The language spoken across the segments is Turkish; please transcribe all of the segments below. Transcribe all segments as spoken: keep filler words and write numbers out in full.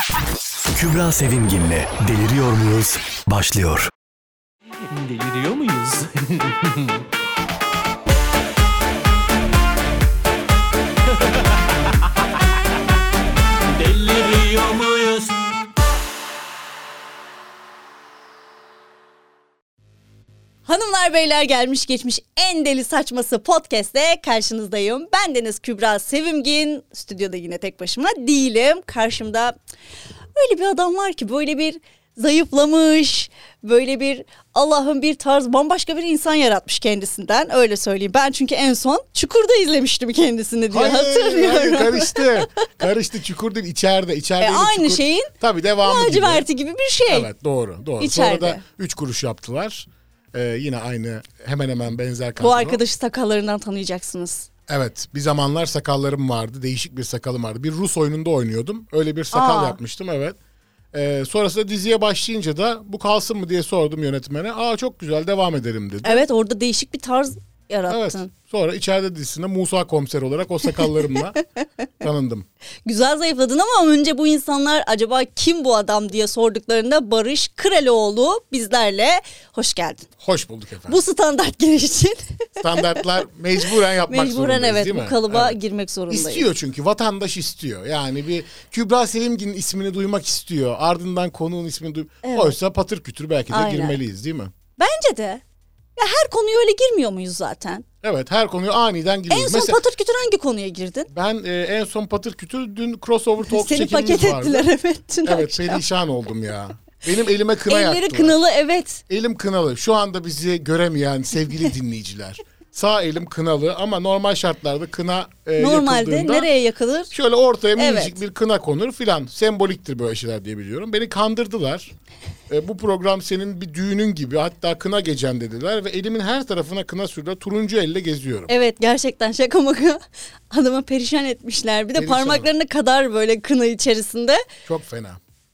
Kübra Sevimgin'le Deliriyor Muyuz? Başlıyor. Deliriyor muyuz? Deliriyor muyuz? Hanımlar beyler, gelmiş geçmiş en deli saçması podcast'te karşınızdayım. Ben Deniz Kübra Sevimgin. Stüdyoda yine tek başıma değilim. Karşımda öyle bir adam var ki böyle bir zayıflamış, böyle bir Allah'ın bir tarz bambaşka bir insan yaratmış kendisinden, öyle söyleyeyim. Ben çünkü en son Çukur'da izlemiştim kendisini diye hayır, hatırlıyorum. Hayır, karıştı. Karıştı, Çukur değil, içeride. içeride E, aynı Çukur. şeyin tabii devamı laciverti gibi. gibi bir şey. Evet, doğru doğru. İçeride. Sonra da üç kuruş yaptılar. Ee, yine aynı, hemen hemen benzer kadro. Bu arkadaşı sakallarından tanıyacaksınız. Evet, bir zamanlar sakallarım vardı. Değişik bir sakalım vardı. Bir Rus oyununda oynuyordum. Öyle bir sakal Aa. yapmıştım, evet. Ee, sonrasında diziye başlayınca da bu kalsın mı diye sordum yönetmene. Aa, çok güzel, devam edelim dedi. Evet, orada değişik bir tarz yarattın. Evet. Sonra içeride dizisinde Musa Komiser olarak o sakallarımla tanındım. Güzel zayıfladın ama önce bu insanlar acaba kim bu adam diye sorduklarında Barış Kıraloğlu bizlerle. Hoş geldin. Hoş bulduk efendim. Bu standart giriş için Standartlar mecburen yapmak mecburen zorundayız, evet değil mi? bu kalıba Evet. girmek zorundayız. İstiyor çünkü vatandaş istiyor. Yani bir Kübra Sevimgin'in ismini duymak istiyor. Ardından konuğun ismini duy. Evet. Oysa patır kütür belki de Aynen. girmeliyiz, değil mi? Bence de. Ya her konuya öyle girmiyor muyuz zaten? Evet, her konuya aniden giriyoruz. En son Mesela patır kütür hangi konuya girdin? ben e, en son patır kütür dün crossover talk Seni çekimimiz paket vardı. ettiler evet dün Evet, akşam. perişan oldum ya. Benim elime kına Elleri yaktılar. kınalı, evet. Elim kınalı. Şu anda bizi göremeyen sevgili dinleyiciler. Sağ elim kınalı ama normal şartlarda kına e, Normalde yakıldığında nereye yakılır? şöyle ortaya minicik Evet. bir kına konur filan. Semboliktir böyle şeyler diye biliyorum. Beni kandırdılar. E, bu program senin bir düğünün gibi, hatta kına gecen dediler ve elimin her tarafına kına sürdüler. Turuncu elle geziyorum. Evet, gerçekten şaka maka adamı perişan etmişler. Bir de Perişan. parmaklarına kadar böyle kına içerisinde. Çok fena.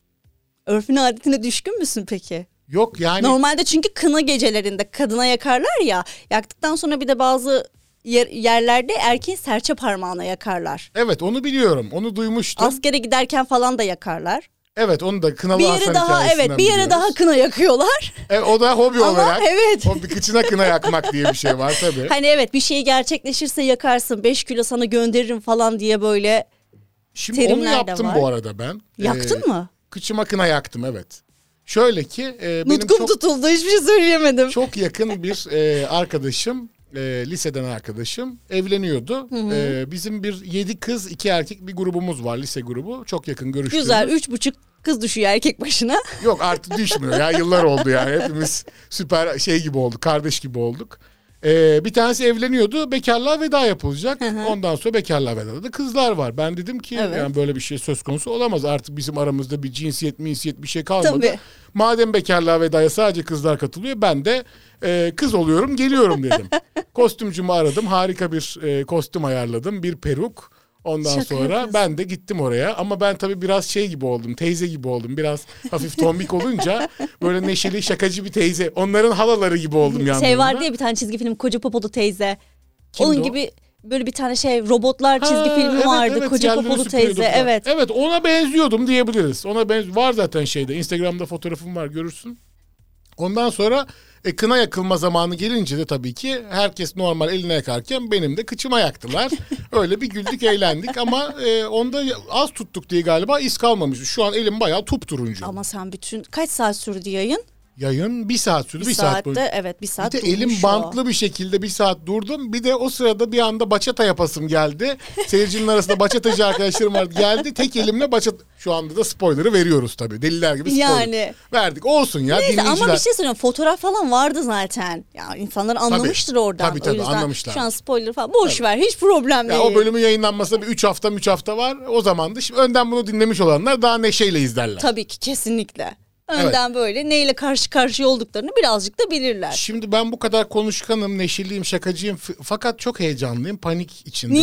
Örfüne adetine düşkün müsün peki? Yok yani. Normalde çünkü kına gecelerinde kadına yakarlar ya. Yaktıktan sonra bir de bazı yer, yerlerde erkeğin serçe parmağına yakarlar. Evet, onu biliyorum. Onu duymuştum. Askere giderken falan da yakarlar. Evet, onu da kınalı Bir Hasan yere daha hikayesinden evet bir yere biliyoruz. daha kına yakıyorlar. E, o da hobi Ama olarak. evet. O bir kıçına kına yakmak diye bir şey var tabii. Hani evet, bir şey gerçekleşirse yakarsın, beş kilo sana gönderirim falan diye böyle. Şimdi onu terimler de yaptım var. bu arada ben. Yaktın Ee, mı? Kıçıma kına yaktım, evet. Şöyle ki e, benim Nutkum çok, tutuldu, hiçbir şey söyleyemedim. çok yakın bir e, arkadaşım, e, liseden arkadaşım evleniyordu. E, bizim bir yedi kız iki erkek bir grubumuz var, lise grubu. Çok yakın görüştüğümüz. Güzel, üç buçuk kız düşüyor erkek başına. Yok, artık düşmüyor ya, yıllar oldu yani. Hepimiz süper şey gibi olduk, kardeş gibi olduk. Ee, bir tanesi evleniyordu, bekarlığa veda yapılacak. Ondan sonra bekarlığa vedada da kızlar var. Ben dedim ki Evet. yani böyle bir şey söz konusu olamaz. Artık bizim aramızda bir cinsiyet minsiyet bir şey kalmadı. Tabii. Madem bekarlığa vedaya sadece kızlar katılıyor, ben de e, kız oluyorum geliyorum dedim. Kostümcümü aradım, harika bir e, kostüm ayarladım, bir peruk. Ondan Şaka sonra yapıyorsun. ben de gittim oraya ama ben tabii biraz şey gibi oldum, teyze gibi oldum. Biraz hafif tombik olunca böyle neşeli şakacı bir teyze. Onların halaları gibi oldum yanlarında. Şey vardı ya bir tane çizgi film, Koca Popolu Teyze. Kimdi Onun o? gibi böyle bir tane şey robotlar çizgi Ha, filmi evet, vardı. evet, Koca yerleri Popolu süpürüyordu Teyze, falan. evet. Evet, ona benziyordum diyebiliriz. Ona benz var zaten şeyde, Instagram'da fotoğrafım var, görürsün. Ondan sonra e, kına yakılma zamanı gelince de tabii ki herkes normal eline yakarken benim de kıçıma yaktılar. Öyle bir güldük, eğlendik ama e, onda az tuttuk diye galiba iz kalmamış. Şu an elim bayağı turuncu. Ama sen bütün kaç saat sürdü yayın? Yayın bir saat sürdü. Bir, Bir, saat saatte boyunca. evet bir saat Bir de durmuş elim o. bantlı bir şekilde bir saat durdum. Bir de o sırada bir anda bachata yapasım geldi. Seyircinin arasında bachatacı arkadaşlarım vardı. Geldi tek elimle bachata. Şu anda da spoiler'ı veriyoruz tabii. Deliler gibi spoiler. Yani. Verdik. Olsun ya, Neyse dinleyiciler. ama bir şey söyleyeyim, fotoğraf falan vardı zaten. Ya insanlar anlamıştır oradan. Tabii, tabii, O yüzden anlamışlar. şu an spoiler falan boş ver, hiç problem Ya değil. o bölümün yayınlanmasına bir üç hafta üç hafta var. O zamandı. Şimdi önden bunu dinlemiş olanlar daha neşeyle izlerler. Tabii ki, kesinlikle. Önden böyle neyle karşı karşıya olduklarını birazcık da bilirler. Şimdi ben bu kadar konuşkanım, neşeliyim, şakacıyım. F- fakat çok heyecanlıyım, panik içindeyim. Niye?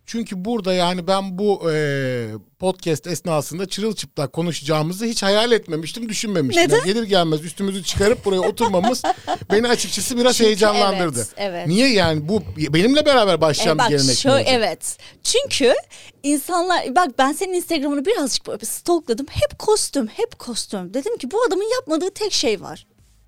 Çünkü burada yani ben bu e, podcast esnasında çırılçıplak konuşacağımızı hiç hayal etmemiştim, düşünmemiştim. Neden? Yani gelir gelmez üstümüzü çıkarıp buraya oturmamız beni açıkçası biraz Çünkü heyecanlandırdı. evet, evet. Niye yani bu benimle beraber başlayan E bir bak gelenek mi şöyle, olacak? evet. Çünkü insanlar, bak ben senin Instagram'ını birazcık böyle bir stalkladım. Hep kostüm, hep kostüm. Dedim ki bu adamın yapmadığı tek şey var.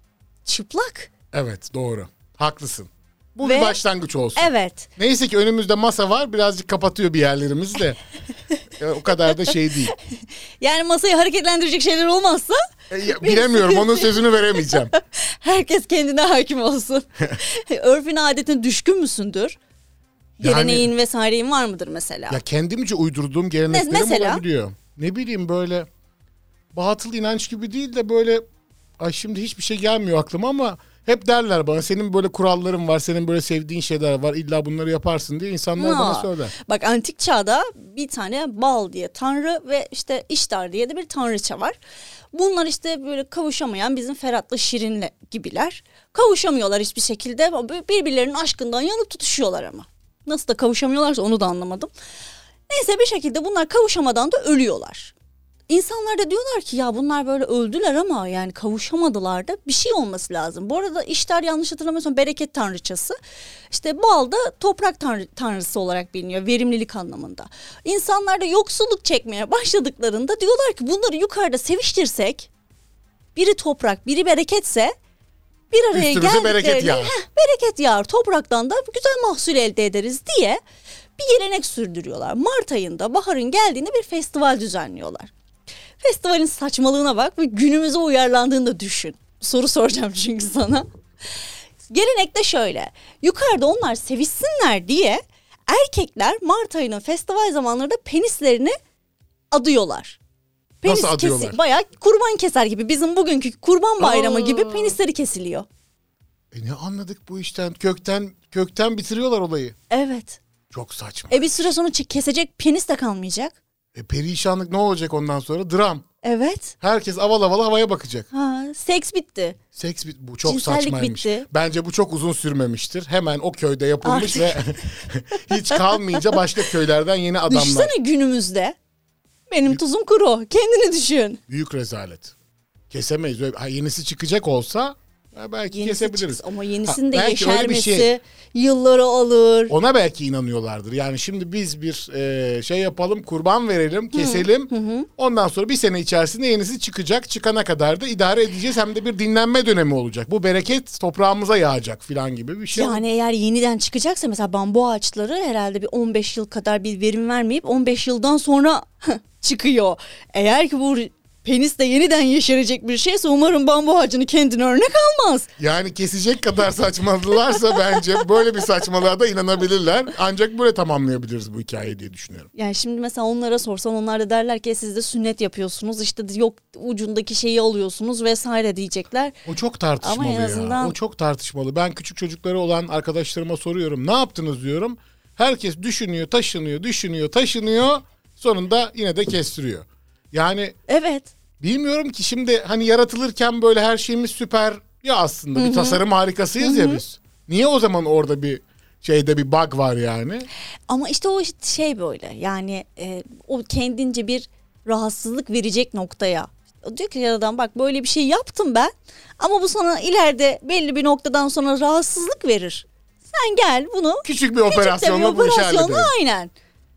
Çıplak. Evet, doğru. Haklısın. Bu Ve- bir başlangıç olsun. Evet. Neyse ki önümüzde masa var, birazcık kapatıyor bir yerlerimizi de. E, o kadar da şey değil. Yani masayı hareketlendirecek şeyler olmazsa E, ya, bilemiyorum, onun sözünü veremeyeceğim. herkes kendine hakim olsun. Örfüne adetine düşkün müsündür? Yani- Geleneğin vesaireyin var mıdır mesela? Ya kendimce uydurduğum geleneklerim mesela? olabiliyor. Ne bileyim, böyle batıl inanç gibi değil de böyle, ay şimdi hiçbir şey gelmiyor aklıma ama hep derler bana, senin böyle kuralların var, senin böyle sevdiğin şeyler var, illa bunları yaparsın diye insanlar Ha. bana söyler. Bak antik çağda bir tane Bal diye tanrı ve işte İştar diye de bir tanrıça var. Bunlar işte böyle kavuşamayan bizim Ferhat'la Şirin'le gibiler. Kavuşamıyorlar hiçbir şekilde. Birbirlerinin aşkından yanıp tutuşuyorlar ama. Nasıl da kavuşamıyorlarsa onu da anlamadım. Neyse bir şekilde bunlar kavuşamadan da ölüyorlar. İnsanlar da diyorlar ki ya bunlar böyle öldüler ama yani kavuşamadılar da bir şey olması lazım. Bu arada İştar, yanlış hatırlamıyorsam, bereket tanrıçası. İşte Bal da toprak tanrı, tanrısı olarak biliniyor, verimlilik anlamında. İnsanlar da yoksulluk çekmeye başladıklarında diyorlar ki bunları yukarıda seviştirsek, biri toprak biri bereketse, bir araya Üstümüze geldiklerinde bereket yağar. heh, bereket yağar, topraktan da güzel mahsul elde ederiz diye bir gelenek sürdürüyorlar. Mart ayında baharın geldiğinde bir festival düzenliyorlar. Festivalin saçmalığına bak ve günümüze uyarlandığını da düşün. Soru soracağım çünkü sana. Gelenek de şöyle. Yukarıda onlar sevişsinler diye erkekler Mart ayının festival zamanlarında penislerini adıyorlar. Penis Nasıl kesi- adıyorlar? Bayağı kurban keser gibi. Bizim bugünkü kurban bayramı Aa. gibi penisleri kesiliyor. E ne anladık bu işten? Kökten kökten bitiriyorlar olayı. Evet. Çok saçma. E bir süre sonra çı- kesecek penis de kalmayacak. E perişanlık ne olacak ondan sonra? Dram. Evet. Herkes aval aval havaya bakacak. Ha, seks bitti. Seks bit bu çok Cinsellik saçmaymış. bitti. Bence bu çok uzun sürmemiştir. Hemen o köyde yapılmış Artık. ve hiç kalmayınca başka köylerden yeni adamlar. Düşünsene günümüzde. Benim tuzum kuru. Kendini düşün. Büyük rezalet. Kesemeyiz. Öyle- Ha, yenisi çıkacak olsa ha, belki Yenisi kesebiliriz. çıksın ama yenisinin Ha, de belki öyle bir yeşermesi şey. yılları alır. Ona belki inanıyorlardır. Yani şimdi biz bir e, şey yapalım, kurban verelim, keselim. Ondan sonra bir sene içerisinde yenisi çıkacak. Çıkana kadar da idare edeceğiz. Hem de bir dinlenme dönemi olacak. Bu bereket toprağımıza yağacak falan gibi bir şey. Yani eğer yeniden çıkacaksa mesela bambu ağaçları herhalde bir on beş yıl kadar bir verim vermeyip on beş yıldan sonra çıkıyor. Eğer ki bu penis de yeniden yeşerecek bir şeyse umarım bambu ağacını kendine örnek almaz. Yani kesecek kadar saçmaladılarsa bence böyle bir saçmalığa da inanabilirler. Ancak böyle tamamlayabiliriz bu hikayeyi diye düşünüyorum. Yani şimdi mesela onlara sorsan onlar da derler ki siz de sünnet yapıyorsunuz, işte yok ucundaki şeyi alıyorsunuz vesaire diyecekler. O çok tartışmalı Ama en ya. azından- O çok tartışmalı. Ben küçük çocukları olan arkadaşlarıma soruyorum. Ne yaptınız diyorum. Herkes düşünüyor, taşınıyor, düşünüyor, taşınıyor. Sonunda yine de kestiriyor. Yani Evet. bilmiyorum ki şimdi hani yaratılırken böyle her şeyimiz süper ya aslında. Bir tasarım harikasıyız ya biz. Niye o zaman orada bir şeyde bir bug var yani? Ama işte o işte şey böyle yani e, o kendince bir rahatsızlık verecek noktaya. O diyor ki yaradan bak böyle bir şey yaptım ben ama bu sana ileride belli bir noktadan sonra rahatsızlık verir. Sen gel bunu Küçük bir küçük de bir operasyonla bu işi operasyonla halledelim. aynen.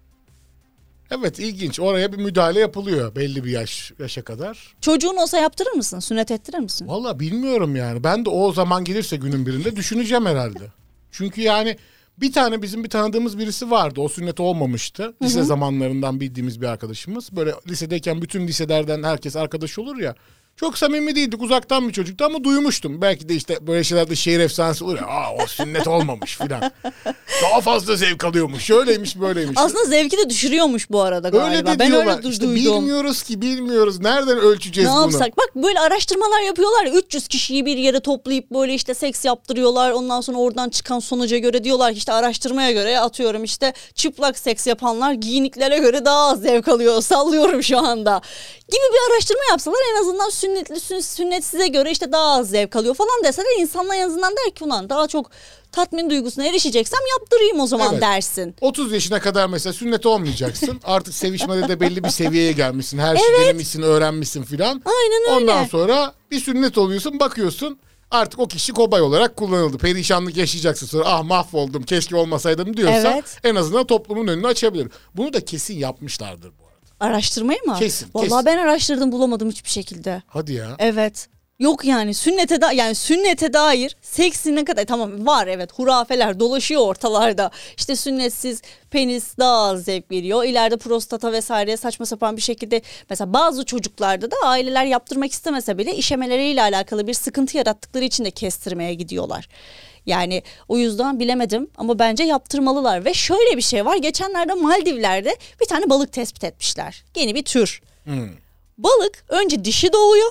Evet, ilginç. Oraya bir müdahale yapılıyor belli bir yaş yaşa kadar. Çocuğun olsa yaptırır mısın? Sünnet ettirir misin? Valla bilmiyorum yani. Ben de o zaman gelirse günün birinde düşüneceğim herhalde. Çünkü yani bir tane bizim bir tanıdığımız birisi vardı. O sünnet olmamıştı. Lise zamanlarından bildiğimiz bir arkadaşımız. Böyle lisedeyken bütün liselerden herkes arkadaş olur ya. Çok samimi değildik, uzaktan bir çocuktu ama duymuştum. Belki de işte böyle şeylerde şehir efsanesi olur ya. Aa, o sünnet olmamış filan. Daha fazla zevk alıyormuş. Şöyleymiş böyleymiş. Aslında zevki de düşürüyormuş bu arada galiba. Öyle de ben diyorlar. öyle du- İşte duydum. bilmiyoruz ki bilmiyoruz. Nereden ölçeceğiz Ne bunu? yapsak? Bak böyle araştırmalar yapıyorlar ya, üç yüz kişiyi bir yere toplayıp böyle işte seks yaptırıyorlar. Ondan sonra oradan çıkan sonuca göre diyorlar ki işte araştırmaya göre atıyorum işte çıplak seks yapanlar giyiniklere göre daha az zevk alıyor. Sallıyorum şu anda. Gibi bir araştırma yapsalar en azından sünnetli sün, sünnet size göre işte daha az zevk alıyor falan deseler insanlar en azından der ki ulan daha çok tatmin duygusuna erişeceksem yaptırayım o zaman Evet. dersin. otuz yaşına kadar mesela sünnet olmayacaksın. Artık sevişmede de belli bir seviyeye gelmişsin. Her şeyi denemişsin, öğrenmişsin filan. Aynen öyle. Ondan sonra bir sünnet oluyorsun, bakıyorsun. Artık o kişi kobay olarak kullanıldı. Perişanlık yaşayacaksın sonra. Ah mahvoldum, keşke olmasaydım diyorsa Evet. en azından toplumun önünü açabilir. Bunu da kesin yapmışlardır bu arada. Araştırmayı mı? Kesin, Vallahi kesin. ben araştırdım bulamadım hiçbir şekilde. Hadi ya. Evet. Yok yani sünnete da yani sünnete dair seksine kadar tamam var evet hurafeler dolaşıyor ortalarda. İşte sünnetsiz penis daha az zevk veriyor. İleride prostata vesaire saçma sapan bir şekilde mesela bazı çocuklarda da aileler yaptırmak istemese bile işemeleriyle alakalı bir sıkıntı yarattıkları için de kestirmeye gidiyorlar. Yani o yüzden bilemedim ama bence yaptırmalılar ve şöyle bir şey var. Geçenlerde Maldivler'de bir tane balık tespit etmişler. Yeni bir tür. Hmm. Balık önce dişi doğuyor.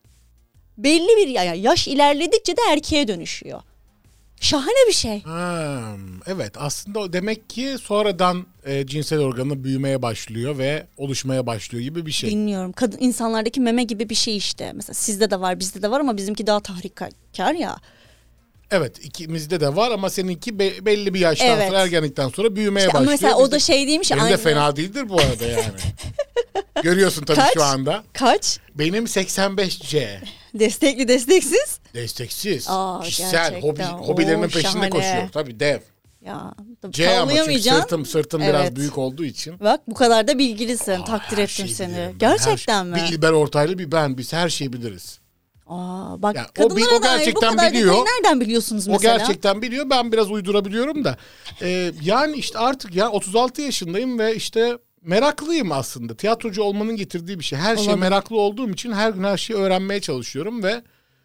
Belli bir yani yaş ilerledikçe de erkeğe dönüşüyor. Şahane bir şey. Ha, evet aslında o demek ki sonradan e, cinsel organı büyümeye başlıyor ve oluşmaya başlıyor gibi bir şey. Bilmiyorum. Kadın insanlardaki meme gibi bir şey işte. Mesela sizde de var, bizde de var ama bizimki daha tahrikkar ya. Evet ikimizde de var ama seninki be- belli bir yaştan Evet. sonra ergenlikten sonra büyümeye İşte ama başlıyor. mesela o Bizim- da şey değilmiş. Benim aynı- de fena değildir bu arada yani. Görüyorsun tabii Kaç? şu anda. Kaç? Benim seksen beş C. Destekli desteksiz? Desteksiz. Aa, Kişisel gerçekten. hobi, hobilerinin Oo, peşinde şahane. koşuyor. Tabii dev. Ya tabii C ama çünkü kavlayamayacaksın. sırtım sırtım Evet. biraz büyük olduğu için. Bak bu kadar da bilgilisin. Aa, Takdir her ettim şeyi seni. biliyorum ben. Gerçekten Her mi? şey- Bir İlber Ortaylı bir ben. Biz her şeyi biliriz. Aa, bak Yani o bir- kadınlara o dair bu gerçekten kadar biliyor. detayı nereden biliyorsunuz O mesela? gerçekten biliyor. Ben biraz uydurabiliyorum da. Ee, yani işte artık ya otuz altı yaşındayım ve işte meraklıyım aslında. Tiyatrocu olmanın getirdiği bir şey. Her şeye Olabilir. meraklı olduğum için her gün her şeyi öğrenmeye çalışıyorum ve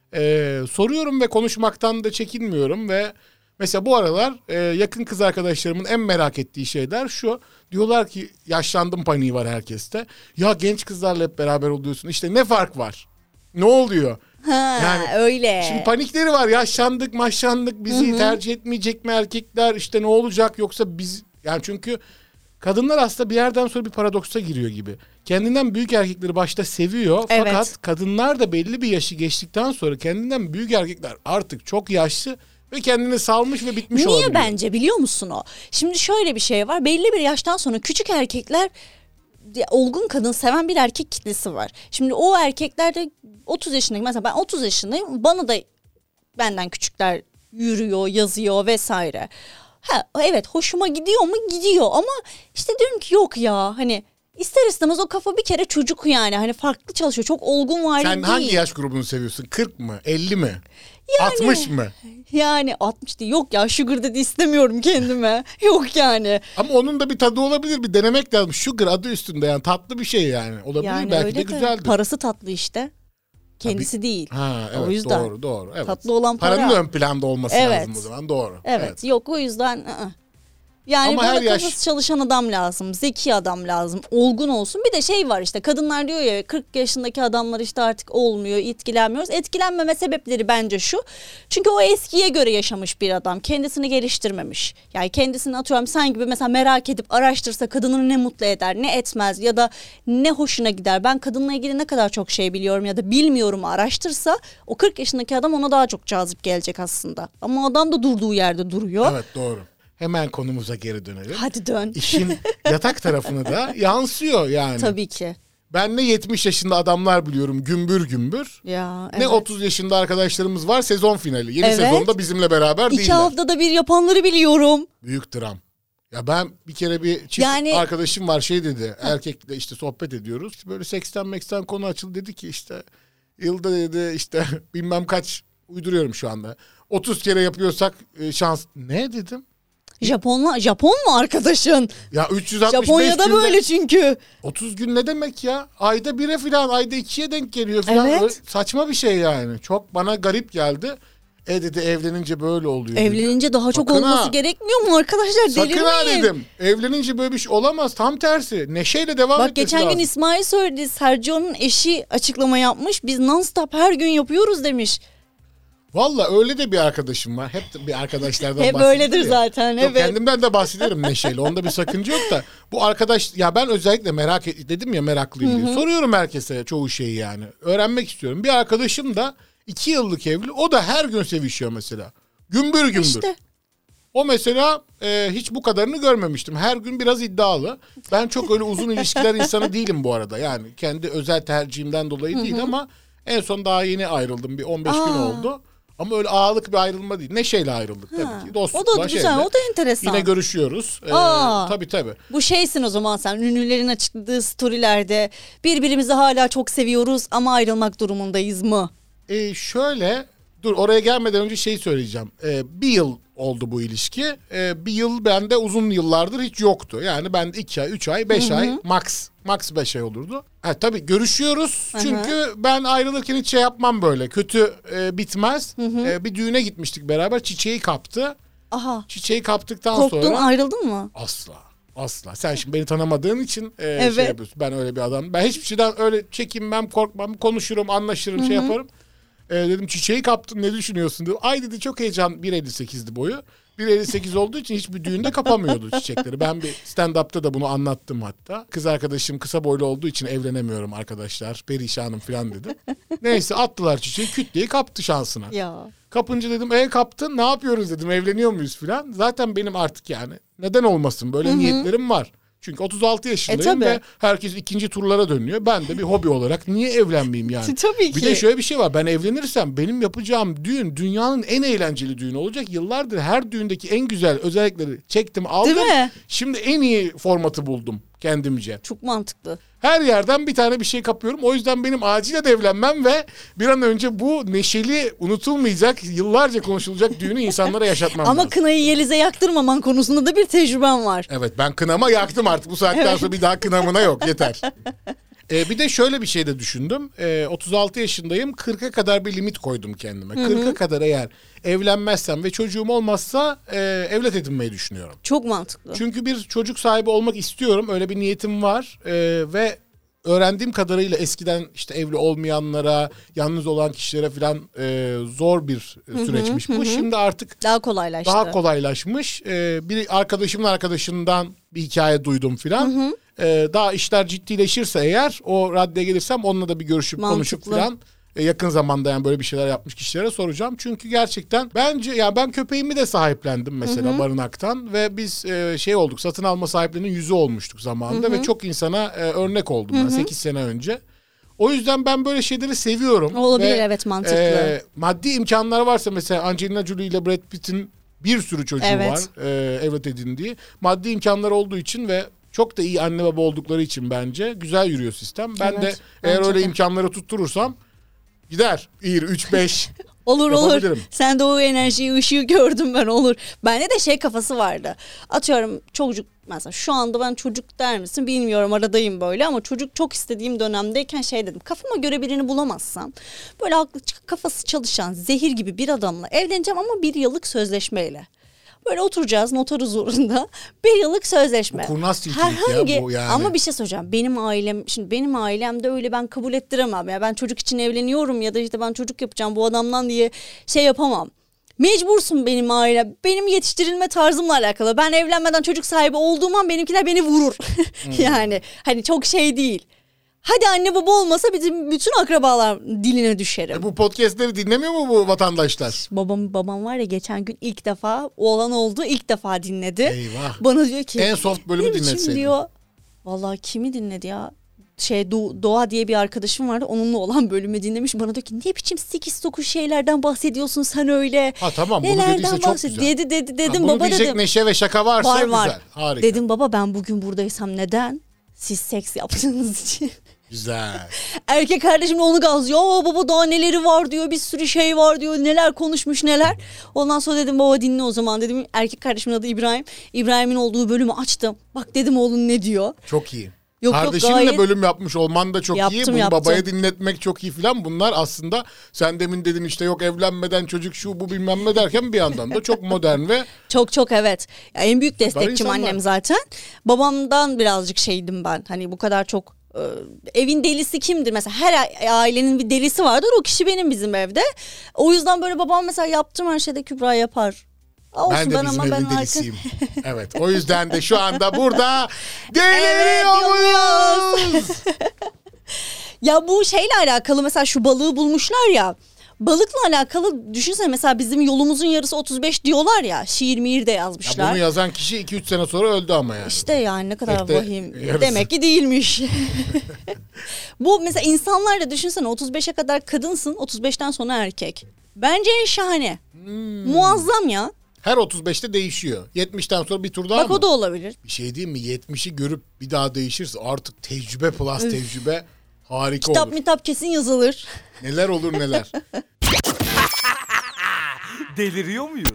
e, soruyorum ve konuşmaktan da çekinmiyorum ve mesela bu aralar e, yakın kız arkadaşlarımın en merak ettiği şeyler şu. Diyorlar ki yaşlandım paniği var herkeste. Ya genç kızlarla hep beraber oluyorsun. İşte ne fark var? Ne oluyor? Ha, Yani öyle. Şimdi panikleri var. Yaşlandık, maşlandık. Bizi tercih etmeyecek mi erkekler? İşte ne olacak yoksa biz yani çünkü kadınlar aslında bir yerden sonra bir paradoksa giriyor gibi. Kendinden büyük erkekleri başta seviyor Evet. fakat kadınlar da belli bir yaşı geçtikten sonra kendinden büyük erkekler artık çok yaşlı ve kendini salmış ve bitmiş Niye olabiliyor. bence biliyor musun o? Şimdi şöyle bir şey var. Belli bir yaştan sonra küçük erkekler olgun kadın seven bir erkek kitlesi var. Şimdi o erkekler de otuz yaşındaki mesela ben otuz yaşındayım. Bana da benden küçükler yürüyor, yazıyor vesaire. Ha, evet hoşuma gidiyor mu? Gidiyor ama işte diyorum ki yok ya hani ister istemez o kafa bir kere çocuk yani hani farklı çalışıyor. Çok olgun vari Sen değil. hangi yaş grubunu seviyorsun? kırk mı? elli mi? altmış mı? Yani altmış değil yok ya sugar dedi istemiyorum kendime. Yok yani. Ama onun da bir tadı olabilir. Bir denemek lazım. Sugar adı üstünde yani tatlı bir şey yani. Olabilir Yani belki öyle de güzeldir. Parası tatlı işte. Kendisi değil. Ha, evet, o yüzden. doğru doğru. Evet. Tatlı olan para. Paranın ön planda olması Evet. lazım o zaman doğru. Evet, yok o yüzden ı-ı. Yani Ama bana her yaş- kafası çalışan adam lazım, zeki adam lazım, olgun olsun. Bir de şey var işte kadınlar diyor ya kırk yaşındaki adamlar işte artık olmuyor, etkilenmiyoruz. Etkilenmeme sebepleri bence şu. Çünkü o eskiye göre yaşamış bir adam, kendisini geliştirmemiş. Yani kendisini atıyorum sen gibi mesela merak edip araştırsa kadını ne mutlu eder, ne etmez ya da ne hoşuna gider. Ben kadınla ilgili ne kadar çok şey biliyorum ya da bilmiyorum araştırsa o kırk yaşındaki adam ona daha çok cazip gelecek aslında. Ama adam da durduğu yerde duruyor. Evet doğru. Hemen konumuza geri dönelim. Hadi dön. İşin yatak tarafını da yansıyor yani. Tabii ki. Ben ne yetmiş yaşında adamlar biliyorum gümbür gümbür. Ya, Ne evet. otuz yaşında arkadaşlarımız var sezon finali. Yeni Evet. sezonda bizimle beraber İki değiller. haftada bir yapanları biliyorum. Büyük dram. Ya ben bir kere bir çift Yani- arkadaşım var şey dedi. Erkekle işte sohbet ediyoruz. Böyle seksten meksten konu açıldı dedi ki işte yılda dedi işte bilmem kaç uyduruyorum şu anda. otuz kere yapıyorsak e, şans. Ne dedim? Japonla Japon mu arkadaşın? Ya üç yüz altmış beş Japonya'da günde böyle çünkü. otuz gün ne demek ya? Ayda bire filan ayda ikiye denk geliyor filan. Evet. Öyle saçma bir şey yani. Çok bana garip geldi. E dedi evlenince böyle oluyor. dedi. Evlenince daha çok Sakın olması ha. gerekmiyor mu arkadaşlar? Sakın ha Delirmeyin. dedim. Evlenince böyle bir şey olamaz. Tam tersi. Neşeyle devam Bak etmesi geçen lazım. gün İsmail söyledi. Sergio'nun eşi açıklama yapmış. Biz non-stop her gün yapıyoruz demiş. Valla öyle de bir arkadaşım var. Hep de bir arkadaşlardan Hep bahsedilir öyledir ya. zaten, Yok, evet. kendimden de bahsederim neşeyle. Onda bir sakınca yok da. Bu arkadaş ya ben özellikle merak et, dedim ya meraklıyım diye. Soruyorum herkese çoğu şeyi yani. Öğrenmek istiyorum. Bir arkadaşım da iki yıllık evli. O da her gün sevişiyor mesela. Gümbür gümbür. İşte. O mesela e, hiç bu kadarını görmemiştim. Her gün biraz iddialı. Ben çok öyle uzun ilişkiler insanı değilim bu arada. Yani kendi özel tercihimden dolayı değil ama en son daha yeni ayrıldım. Bir on beş gün Aa. oldu. Ama öyle ağalık bir ayrılma değil. Neşeyle ayrıldık tabii ki. Dostlukla, O da güzel, şeyle. o da enteresan. Yine görüşüyoruz. Ee, Aa. tabii tabii. Bu şeysin o zaman sen, ünlülerin açıkladığı storylerde birbirimizi hala çok seviyoruz ama ayrılmak durumundayız mı? Ee, şöyle dur oraya gelmeden önce şey söyleyeceğim. Ee, bir yıl oldu bu ilişki. Ee, bir yıl bende uzun yıllardır hiç yoktu. Yani bende iki ay, üç ay, beş ay max. Max beş ay olurdu. Ha, tabii görüşüyoruz. Hı hı. Çünkü ben ayrılırken hiç şey yapmam böyle. Kötü e, bitmez. E, bir düğüne gitmiştik beraber. Çiçeği kaptı. Aha. Çiçeği kaptıktan Korktun, sonra... ayrıldın mı? Asla. Asla. Sen şimdi beni tanımadığın için e, Evet. şey yapıyorsun. Ben öyle bir adam. Ben hiçbir şeyden öyle çekinmem, korkmam. Konuşurum, anlaşırım, şey yaparım. E, dedim çiçeği kaptın ne düşünüyorsun dedim. Ay dedi çok heyecan. bir elli sekizdi boyu. bir elli sekiz olduğu için hiçbir düğünde kapamıyordu çiçekleri. Ben bir stand-up'ta da bunu anlattım hatta. Kız arkadaşım kısa boylu olduğu için evlenemiyorum arkadaşlar. Perişanım falan dedim. Neyse attılar çiçeği küt diye kaptı şansına. Ya. Kapınca dedim e kaptın ne yapıyoruz dedim evleniyor muyuz filan. Zaten benim artık yani neden olmasın böyle Hı-hı. niyetlerim var. Çünkü otuz altı yaşındayım E, ve herkes ikinci turlara dönüyor. Ben de bir hobi olarak niye evlenmeyeyim yani? Tabii ki. Bir de şöyle bir şey var. Ben evlenirsem benim yapacağım düğün dünyanın en eğlenceli düğünü olacak. Yıllardır her düğündeki en güzel özellikleri çektim aldım. Değil mi? Şimdi en iyi formatı buldum kendimce. Çok mantıklı. Her yerden bir tane bir şey kapıyorum. O yüzden benim acilen evlenmem ve bir an önce bu neşeli, unutulmayacak, yıllarca konuşulacak düğünü insanlara yaşatmam Ama lazım. kınayı Yeliz'e yaktırmaman konusunda da bir tecrüben var. Evet ben kınama yaktım artık. Bu saatten Evet. sonra bir daha kınamına yok yeter. Ee, bir de şöyle bir şey de düşündüm. Ee, otuz altı yaşındayım. kırka kadar bir limit koydum kendime. kırka kadar eğer evlenmezsem ve çocuğum olmazsa e, evlat edinmeyi düşünüyorum. Çok mantıklı. Çünkü bir çocuk sahibi olmak istiyorum. Öyle bir niyetim var. Ee, ve öğrendiğim kadarıyla eskiden işte evli olmayanlara, yalnız olan kişilere falan e, zor bir süreçmiş bu. Şimdi artık Daha kolaylaştı. daha kolaylaşmış. Ee, bir arkadaşımın arkadaşından bir hikaye duydum filan. Ee, daha işler ciddileşirse eğer o raddeye gelirsem onunla da bir görüşüp Mantıklı. konuşup filan e, yakın zamanda yani böyle bir şeyler yapmış kişilere soracağım. Çünkü gerçekten bence ya ben köpeğimi de sahiplendim mesela barınaktan ve biz e, şey olduk satın alma sahiplerinin yüzü olmuştuk zamanında ve çok insana e, örnek oldum ben sekiz sene önce. O yüzden ben böyle şeyleri seviyorum. Olabilir, Ve, evet, mantıklı. e, maddi imkanlar varsa mesela Angelina Jolie ile Brad Pitt'in bir sürü çocuğu Evet. var e, evlat edindiği. Maddi imkanlar olduğu için ve çok da iyi anne baba oldukları için bence güzel yürüyor sistem. Ben Evet, de eğer bence öyle de. imkanları tutturursam gider. İyi üç beş Olur olur. yapabilirim. Sen de o enerjiyi, ışığı gördüm ben, olur. Bende de şey kafası vardı. Atıyorum çocuk mesela şu anda ben çocuk der misin bilmiyorum, aradayım böyle, ama çocuk çok istediğim dönemdeyken şey dedim. Kafama göre birini bulamazsam böyle aklı kafası çalışan zehir gibi bir adamla evleneceğim ama bir yıllık sözleşmeyle. Böyle oturacağız noter huzurunda. Bir yıllık sözleşme. Bu kurnaz tilkilik ya bu yani. Ama bir şey söyleyeceğim. Benim ailem, şimdi benim ailemde öyle ben kabul ettiremem. Ya ben çocuk için evleniyorum ya da işte ben çocuk yapacağım bu adamdan diye şey yapamam. Mecbursun benim aile. Benim yetiştirilme tarzımla alakalı. Ben evlenmeden çocuk sahibi olduğum an benimkiler beni vurur. Yani hani çok şey değil. Hadi anne baba olmasa bizim bütün akrabalar diline düşerim. E bu podcastleri dinlemiyor mu bu vatandaşlar? Babam babam var ya, geçen gün ilk defa oğlan oldu, ilk defa dinledi. Eyvah. Bana diyor ki En soft bölümü "Ne biçim?" dinletseydin. diyor. Vallahi kimi dinledi ya? Şey Do- Doğa diye bir arkadaşım vardı, onunla olan bölümü dinlemiş. Bana diyor ki ne biçim sekiz dokuz şeylerden bahsediyorsun sen öyle. Ha tamam, bunu Nelerden dediyse çok bahsed- güzel. Dedi dedi dedim Ha, bunu baba diyecek dedim. neşe ve şaka varsa Var var. güzel. Harika. Dedim baba ben bugün buradaysam neden? Siz seks yaptığınız için. Güzel. Erkek kardeşim de onu gazlıyor. Aa baba daha neleri var diyor. Bir sürü şey var diyor. Neler konuşmuş neler. Ondan sonra dedim baba dinle o zaman dedim. Erkek kardeşimin adı İbrahim. İbrahim'in olduğu bölümü açtım. Bak dedim oğlum ne diyor. Çok iyi. Yok, yok, Kardeşinle gayet- bölüm yapmış olman da çok Yaptım, iyi. Bunu yaptım. babaya dinletmek çok iyi filan. Bunlar aslında sen demin dedin işte yok evlenmeden çocuk şu bu bilmem ne derken bir yandan da çok modern ve Çok çok evet. Ya en büyük destekçim insanlar. annem zaten. Babamdan birazcık şeydim ben. Hani bu kadar çok Ee, evin delisi kimdir? Mesela her ailenin bir delisi vardır. O kişi benim bizim evde. O yüzden böyle babam mesela yaptığım her şeyde Kübra yapar. Olsun, ben de ben bizim ama evin ben delisiyim. Evet, o yüzden de şu anda burada Evet, deliriyor muyuz? Ya bu şeyle alakalı mesela şu balığı bulmuşlar ya. Balıkla alakalı düşünsene mesela bizim yolumuzun yarısı otuz beş diyorlar ya. Şiir miir de yazmışlar. Ya bunu yazan kişi iki üç sene sonra öldü ama yani. İşte yani ne kadar Pek de vahim. yarısı. Demek ki değilmiş. Bu mesela insanlar da düşünsene otuz beşe kadar kadınsın, otuz beşten sonra erkek. Bence şahane. Hmm. Muazzam ya. Her otuz beşte değişiyor. yetmişten sonra bir tur daha Bak mı? o da olabilir. Bir şey diyeyim mi? yetmişi görüp bir daha değişirse artık tecrübe plus tecrübe harika Kitap olur. mitap kesin yazılır. Neler olur neler. Deliriyor muyuz?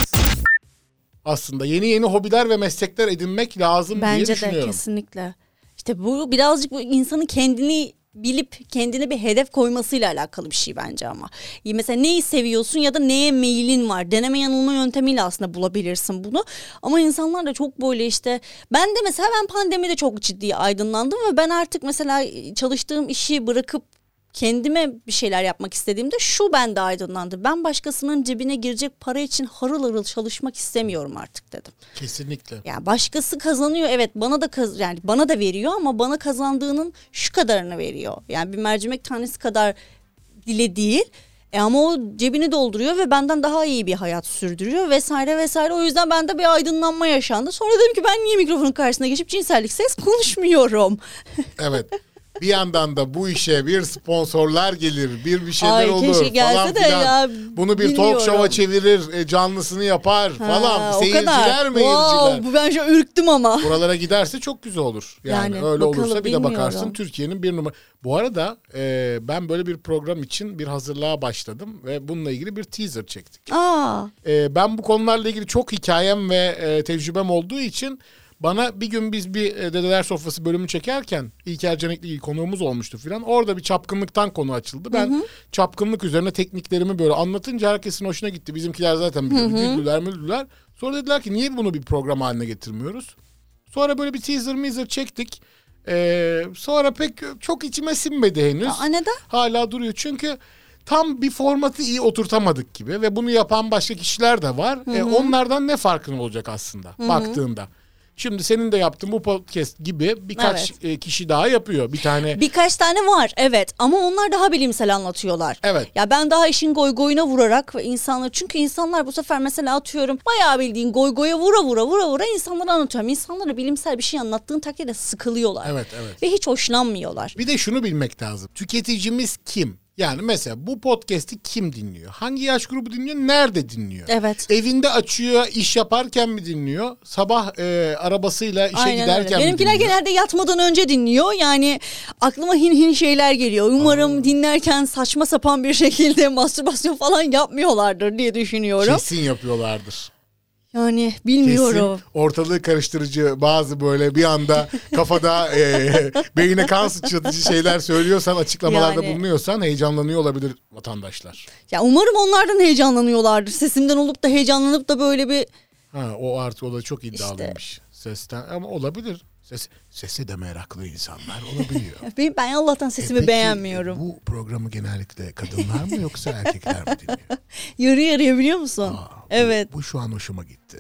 Aslında yeni yeni hobiler ve meslekler edinmek lazım diye Bence de düşünüyorum. kesinlikle. İşte bu birazcık bu insanın kendini bilip kendine bir hedef koymasıyla alakalı bir şey bence ama. Mesela neyi seviyorsun ya da neye meylin var? Deneme yanılma yöntemiyle aslında bulabilirsin bunu. Ama insanlar da çok böyle işte ben de mesela ben pandemide çok ciddi aydınlandım ve ben artık mesela çalıştığım işi bırakıp kendime bir şeyler yapmak istediğimde şu bende aydınlandı. Ben başkasının cebine girecek para için harıl harıl çalışmak istemiyorum artık dedim. Kesinlikle. Yani başkası kazanıyor evet bana da kaz yani bana da veriyor ama bana kazandığının şu kadarını veriyor. Yani bir mercimek tanesi kadar dile değil. E ama o cebini dolduruyor ve benden daha iyi bir hayat sürdürüyor vesaire vesaire. O yüzden bende bir aydınlanma yaşandı. Sonra dedim ki ben niye mikrofonun karşısına geçip cinsellik ses konuşmuyorum. Evet. Bir yandan da bu işe bir sponsorlar gelir, bir bir şeyler Ay, olur keşke gelse falan de filan. ya, Bunu bir bilmiyorum. talk show'a çevirir, e, canlısını yapar falan. Ha, o Seyirciler, kadar. meyirciler. Wow, bu ben şu an ürktüm ama. Buralara giderse çok güzel olur. Yani, Yani öyle bakalım, olursa bir de bilmiyorum. bakarsın Türkiye'nin bir numara. Bu arada e, ben böyle bir program için bir hazırlığa başladım ve bununla ilgili bir teaser çektik. Aa, E, ben bu konularla ilgili çok hikayem ve e, tecrübem olduğu için bana bir gün biz bir e, Dedeler Sofrası bölümü çekerken İlker Canik'le ilgili konuğumuz olmuştu filan. Orada bir çapkınlıktan konu açıldı. Ben hı hı. çapkınlık üzerine tekniklerimi böyle anlatınca herkesin hoşuna gitti. Bizimkiler zaten biliyordu. Güldüler müldüler. Sonra dediler ki niye bunu bir program haline getirmiyoruz? Sonra böyle bir teaser measer çektik. Ee, sonra pek çok içime sinmedi henüz. aa neden? Hala duruyor çünkü tam bir formatı iyi oturtamadık gibi ve bunu yapan başka kişiler de var. Ee, onlardan ne farkın olacak aslında hı hı. baktığında? Şimdi senin de yaptığın bu podcast gibi birkaç evet. kişi daha yapıyor. Bir tane Birkaç tane var evet ama onlar daha bilimsel anlatıyorlar. Evet. Ya ben daha işin goy goyuna vurarak ve insanlar çünkü insanlar bu sefer mesela atıyorum bayağı bildiğin goy goya vura vura vura vura insanlara anlatıyorum. İnsanlara bilimsel bir şey anlattığın takdirde sıkılıyorlar. Evet evet. Ve hiç hoşlanmıyorlar. Bir de şunu bilmek lazım. Tüketicimiz kim? Yani mesela bu podcast'i kim dinliyor? Hangi yaş grubu dinliyor? Nerede dinliyor? Evet. Evinde açıyor, iş yaparken mi dinliyor? Sabah e, arabasıyla işe Aynen giderken öyle. mi Benimkiler dinliyor? genelde yatmadan önce dinliyor. Yani aklıma hin hin şeyler geliyor. Umarım Aa. dinlerken saçma sapan bir şekilde mastürbasyon falan yapmıyorlardır diye düşünüyorum. Kesin yapıyorlardır. Yani bilmiyorum. Kesin ortalığı karıştırıcı bazı böyle bir anda kafada e, beyine kan sıçratıcı şeyler söylüyorsan açıklamalarda yani, bulunuyorsan heyecanlanıyor olabilir vatandaşlar. Ya umarım onlardan heyecanlanıyorlardır. Sesimden olup da heyecanlanıp da böyle bir... Ha, o artık o da çok iddialıymış. İşte. Sesten ama olabilir. Ses, sesi de meraklı insanlar olabiliyor. ben, ben Allah'tan sesimi e peki, beğenmiyorum. Bu programı genellikle kadınlar mı yoksa erkekler mi dinliyor? Yarı yarıya biliyor musun? Aa, evet. Bu, bu şu an hoşuma gitti.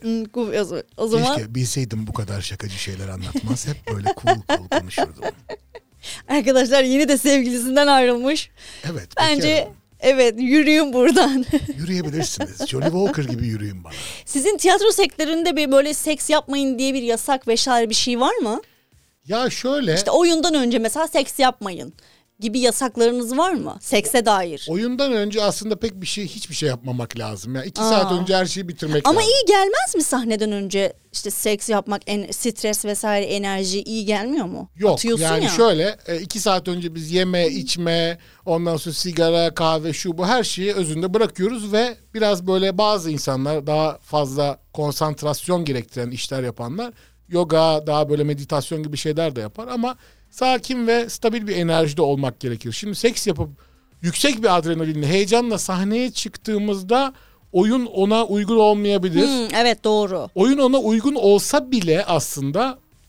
O zaman... Keşke bilseydim bu kadar şakacı şeyler anlatmaz. Hep böyle cool cool konuşurdum. Arkadaşlar yeni de sevgilisinden ayrılmış. Evet. Bence... Bekarım. Evet yürüyün buradan. Yürüyebilirsiniz. Johnny Walker gibi yürüyün bana. Sizin tiyatro sektöründe bir böyle seks yapmayın diye bir yasak vesaire bir şey var mı? Ya şöyle. İşte oyundan önce mesela seks yapmayın gibi yasaklarınız var mı? Sekse dair. Oyundan önce aslında pek bir şey hiçbir şey yapmamak lazım. Yani iki Aa. saat önce her şeyi bitirmek Ama lazım. iyi gelmez mi sahneden önce işte seks yapmak, en, stres vesaire enerji iyi gelmiyor mu? Yok Atıyorsun yani ya. şöyle iki saat önce biz yeme, içme, ondan sonra sigara, kahve, şu bu her şeyi özünde bırakıyoruz ve biraz böyle bazı insanlar daha fazla konsantrasyon gerektiren işler yapanlar yoga, daha böyle meditasyon gibi şeyler de yapar ama sakin ve stabil bir enerjide olmak gerekir. Şimdi seks yapıp yüksek bir adrenalinle, heyecanla sahneye çıktığımızda oyun ona uygun olmayabilir. Hmm, evet doğru. Oyun ona uygun olsa bile aslında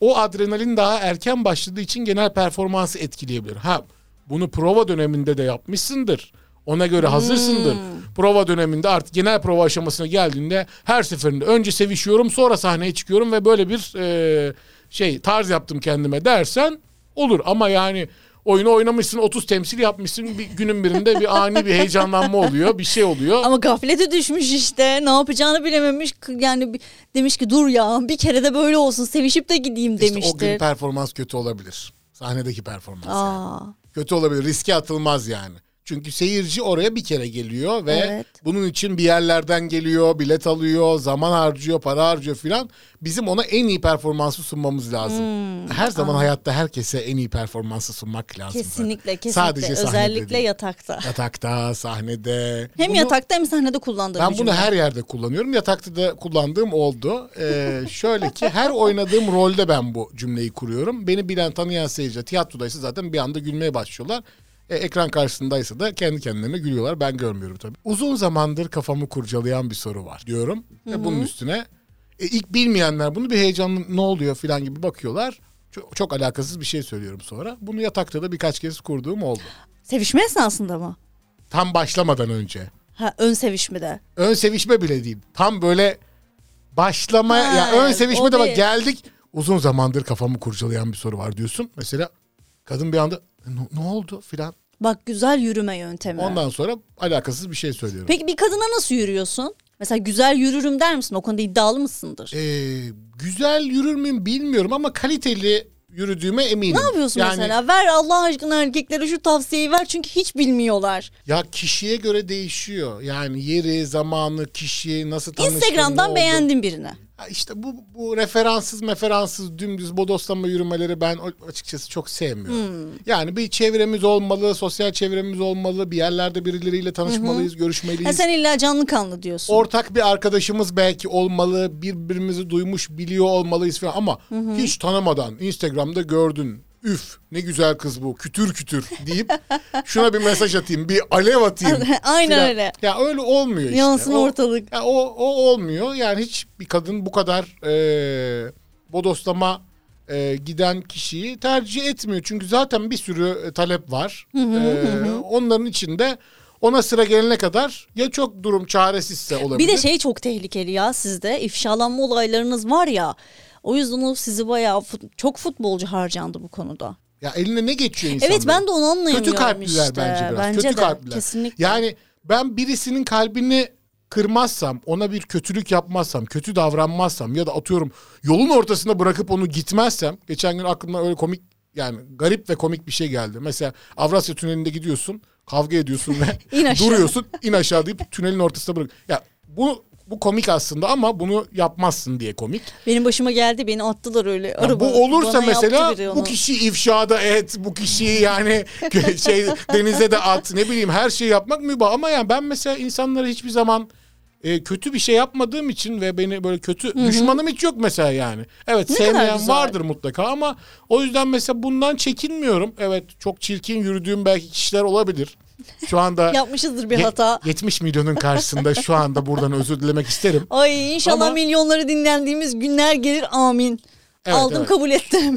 o adrenalin daha erken başladığı için genel performansı etkileyebilir. Ha, bunu prova döneminde de yapmışsındır. Ona göre hazırsındır. Hmm. Prova döneminde artık genel prova aşamasına geldiğinde her seferinde önce sevişiyorum, sonra sahneye çıkıyorum ve böyle bir e, şey tarz yaptım kendime dersen olur. Ama yani oyunu oynamışsın, otuz temsil yapmışsın, bir günün birinde bir ani bir heyecanlanma oluyor, bir şey oluyor. Ama gaflete düşmüş işte, ne yapacağını bilememiş, yani demiş ki dur ya bir kere de böyle olsun, sevişip de gideyim işte demiştir. O gün performans kötü olabilir. Sahnedeki performans Aa. yani. Kötü olabilir, riske atılmaz yani. Çünkü seyirci oraya bir kere geliyor ve evet. bunun için bir yerlerden geliyor, bilet alıyor, zaman harcıyor, para harcıyor filan. Bizim ona en iyi performansı sunmamız lazım. Hmm. Her zaman Aa. hayatta herkese en iyi performansı sunmak lazım. Kesinlikle, kesinlikle. Sadece özellikle değil. yatakta. Yatakta, sahnede. Hem bunu, yatakta hem sahnede kullandığım Ben bunu cümle. her yerde kullanıyorum. Yatakta da kullandığım oldu. Ee, şöyle ki her oynadığım rolde ben bu cümleyi kuruyorum. Beni bilen, tanıyan seyirci tiyatrodaysa zaten bir anda gülmeye başlıyorlar. E, ekran karşısındaysa da kendi kendilerine gülüyorlar. Ben görmüyorum tabii. Uzun zamandır kafamı kurcalayan bir soru var diyorum. Ve bunun üstüne e, ilk bilmeyenler bunu bir heyecanlı ne oluyor falan gibi bakıyorlar. Çok, çok alakasız bir şey söylüyorum sonra. Bunu yatakta da birkaç kez kurduğum oldu. Sevişme esnasında mı? Tam başlamadan önce. Ha, ön sevişmede. Ön sevişme bile değil. Tam böyle başlamaya ya yani ön sevişmede bak geldik. Uzun zamandır kafamı kurcalayan bir soru var diyorsun. Mesela kadın bir anda ne, ne oldu filan. Bak güzel yürüme yöntemi. Ondan sonra alakasız bir şey söylüyorum. Peki bir kadına nasıl yürüyorsun? Mesela güzel yürürüm der misin? O konuda iddialı mısındır? Ee, güzel yürür müyüm bilmiyorum ama kaliteli yürüdüğüme eminim. Ne yapıyorsun yani, mesela? Ver Allah aşkına erkeklere şu tavsiyeyi ver çünkü hiç bilmiyorlar. Ya kişiye göre değişiyor. Yani yeri, zamanı, kişi nasıl tanıştığın. Instagram'dan beğendin birini. İşte bu bu referanssız meferansız dümdüz bodoslama yürümeleri ben açıkçası çok sevmiyorum. Hmm. Yani bir çevremiz olmalı, sosyal çevremiz olmalı, bir yerlerde birileriyle tanışmalıyız, hı hı. görüşmeliyiz. Ha, sen illa canlı kanlı diyorsun. Ortak bir arkadaşımız belki olmalı, birbirimizi duymuş biliyor olmalıyız falan ama hı hı. hiç tanımadan Instagram'da gördün. Üf ne güzel kız bu kütür kütür deyip şuna bir mesaj atayım bir alev atayım. Aynen falan. öyle. Ya öyle olmuyor işte. Yansın ortalık. Ya o, o olmuyor yani hiç bir kadın bu kadar e, bodoslama e, giden kişiyi tercih etmiyor. Çünkü zaten bir sürü e, talep var. Hı hı, e, hı. Onların içinde ona sıra gelene kadar ya çok durum çaresizse olabilir. Bir de şey çok tehlikeli ya sizde ifşalanma olaylarınız var ya. O yüzden o sizi bayağı fut, çok futbolcu harcandı bu konuda. Ya eline ne geçiyor insanların? Evet ben de onu anlayamıyorum Kötü kalpliler işte. bence biraz. Bence Kötü de, kalpliler. Kesinlikle. Yani ben birisinin kalbini kırmazsam, ona bir kötülük yapmazsam, kötü davranmazsam ya da atıyorum yolun ortasında bırakıp onu gitmezsem. Geçen gün aklıma öyle komik yani garip ve komik bir şey geldi. Mesela Avrasya Tüneli'nde gidiyorsun, kavga ediyorsun ve in duruyorsun, in aşağı deyip tünelin ortasına bırak. Ya bu Bu komik aslında ama bunu yapmazsın diye komik. Benim başıma geldi, beni attılar öyle. Araba, bu olursa mesela bu kişi ifşada et, bu kişiyi yani şey denize de at, ne bileyim her şeyi yapmak mübah. Ama yani ben mesela insanlara hiçbir zaman e, kötü bir şey yapmadığım için ve beni böyle kötü Hı-hı. düşmanım hiç yok mesela yani. Evet ne sevmeyen vardır mutlaka ama o yüzden mesela bundan çekinmiyorum. Evet çok çirkin yürüdüğüm belki kişiler olabilir. Şu anda yapmışızdır bir hata. yetmiş milyonun karşısında şu anda buradan özür dilemek isterim. Ay inşallah ama milyonları dinlendiğimiz günler gelir amin. Evet, aldım evet. kabul ettim.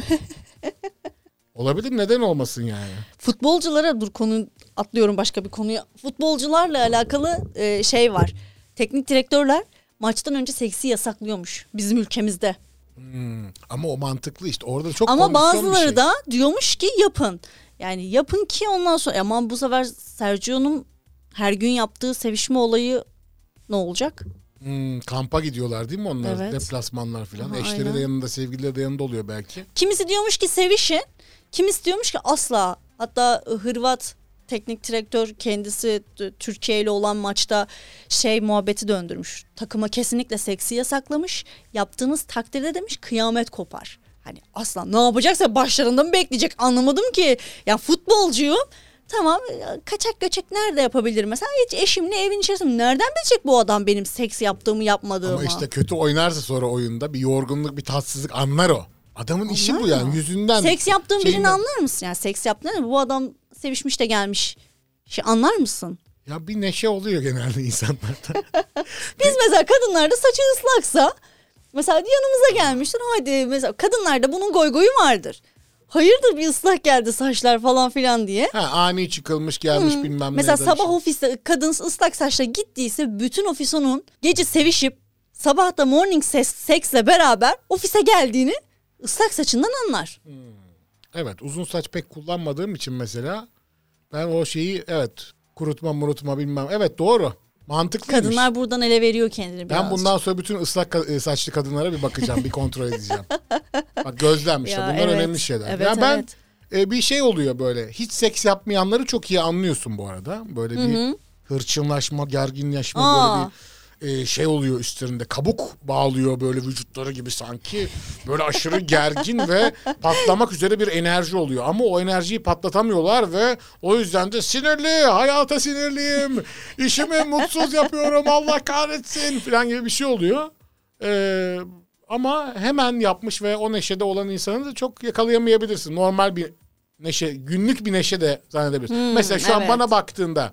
Olabilir neden olmasın yani. Futbolculara dur konu atlıyorum başka bir konuya. Futbolcularla alakalı e, şey var. Teknik direktörler maçtan önce seksi yasaklıyormuş bizim ülkemizde. Hmm, ama o mantıklı işte orada çok ama bazıları şey. da diyormuş ki yapın. Yani yapın ki ondan sonra ama bu sefer Sergio'nun her gün yaptığı sevişme olayı ne olacak? Hmm, kampa gidiyorlar değil mi onlar? Evet. Deplasmanlar falan. Aha, eşleri aynen. de yanında, sevgilileri de yanında oluyor belki. Kimisi diyormuş ki sevişin, kimisi diyormuş ki asla. Hatta Hırvat teknik direktör kendisi Türkiye ile olan maçta şey muhabbeti döndürmüş. Takıma kesinlikle seksi yasaklamış. Yaptığınız takdirde demiş kıyamet kopar. Hani asla ne yapacaksa başlarında mı bekleyecek anlamadım ki. Ya futbolcuyum. Tamam kaçak göçek nerede yapabilirim mesela hiç eşimle evin içerisinde nereden bilecek bu adam benim seks yaptığımı yapmadığımı. Ama işte kötü oynarsa sonra oyunda bir yorgunluk bir tatsızlık anlar o. Adamın anlar işi bu yani yüzünden. Seks yaptığın şeyinden... birini anlar mısın yani seks yaptığın bu adam sevişmiş de gelmiş şey anlar mısın? Ya bir neşe oluyor genelde insanlarda. Biz mesela kadınlarda saçı ıslaksa Mesela yanımıza gelmiştir. Hadi mesela kadınlarda bunun goygoyu vardır. Hayırdır bir ıslak geldi saçlar falan filan diye. Ha, ani çıkılmış gelmiş hmm. bilmem ne. Mesela sabah şey. Ofiste kadın ıslak saçla gittiyse bütün ofis onun gece sevişip sabah da morning seksle beraber ofise geldiğini ıslak saçından anlar. Hmm. Evet, uzun saç pek kullanmadığım için mesela ben o şeyi evet kurutma murutma bilmem. Evet, doğru. Mantıklıymış. Kadınlar buradan ele veriyor kendini biraz. Ben bundan sonra bütün ıslak saçlı kadınlara bir bakacağım, bir kontrol edeceğim. Bak, gözlem işte. Bunlar evet, önemli şeyler. Evet, yani ben evet. e, bir şey oluyor böyle. Hiç seks yapmayanları çok iyi anlıyorsun bu arada. Böyle bir Hı-hı. hırçınlaşma, gerginleşme, Aa. böyle bir e, şey oluyor üstlerinde. Kabuk bağlıyor böyle vücutları gibi sanki. Böyle aşırı gergin ve patlamak üzere bir enerji oluyor. Ama o enerjiyi patlatamıyorlar ve o yüzden de sinirli, hayata sinirliyim, işimi mutsuz yapıyorum, Allah kahretsin falan gibi bir şey oluyor. Ee, ama hemen yapmış ve o neşede olan insanı da çok yakalayamayabilirsin. Normal bir neşe, günlük bir neşe de zannedebilirsin. Hmm, Mesela şu evet. an bana baktığında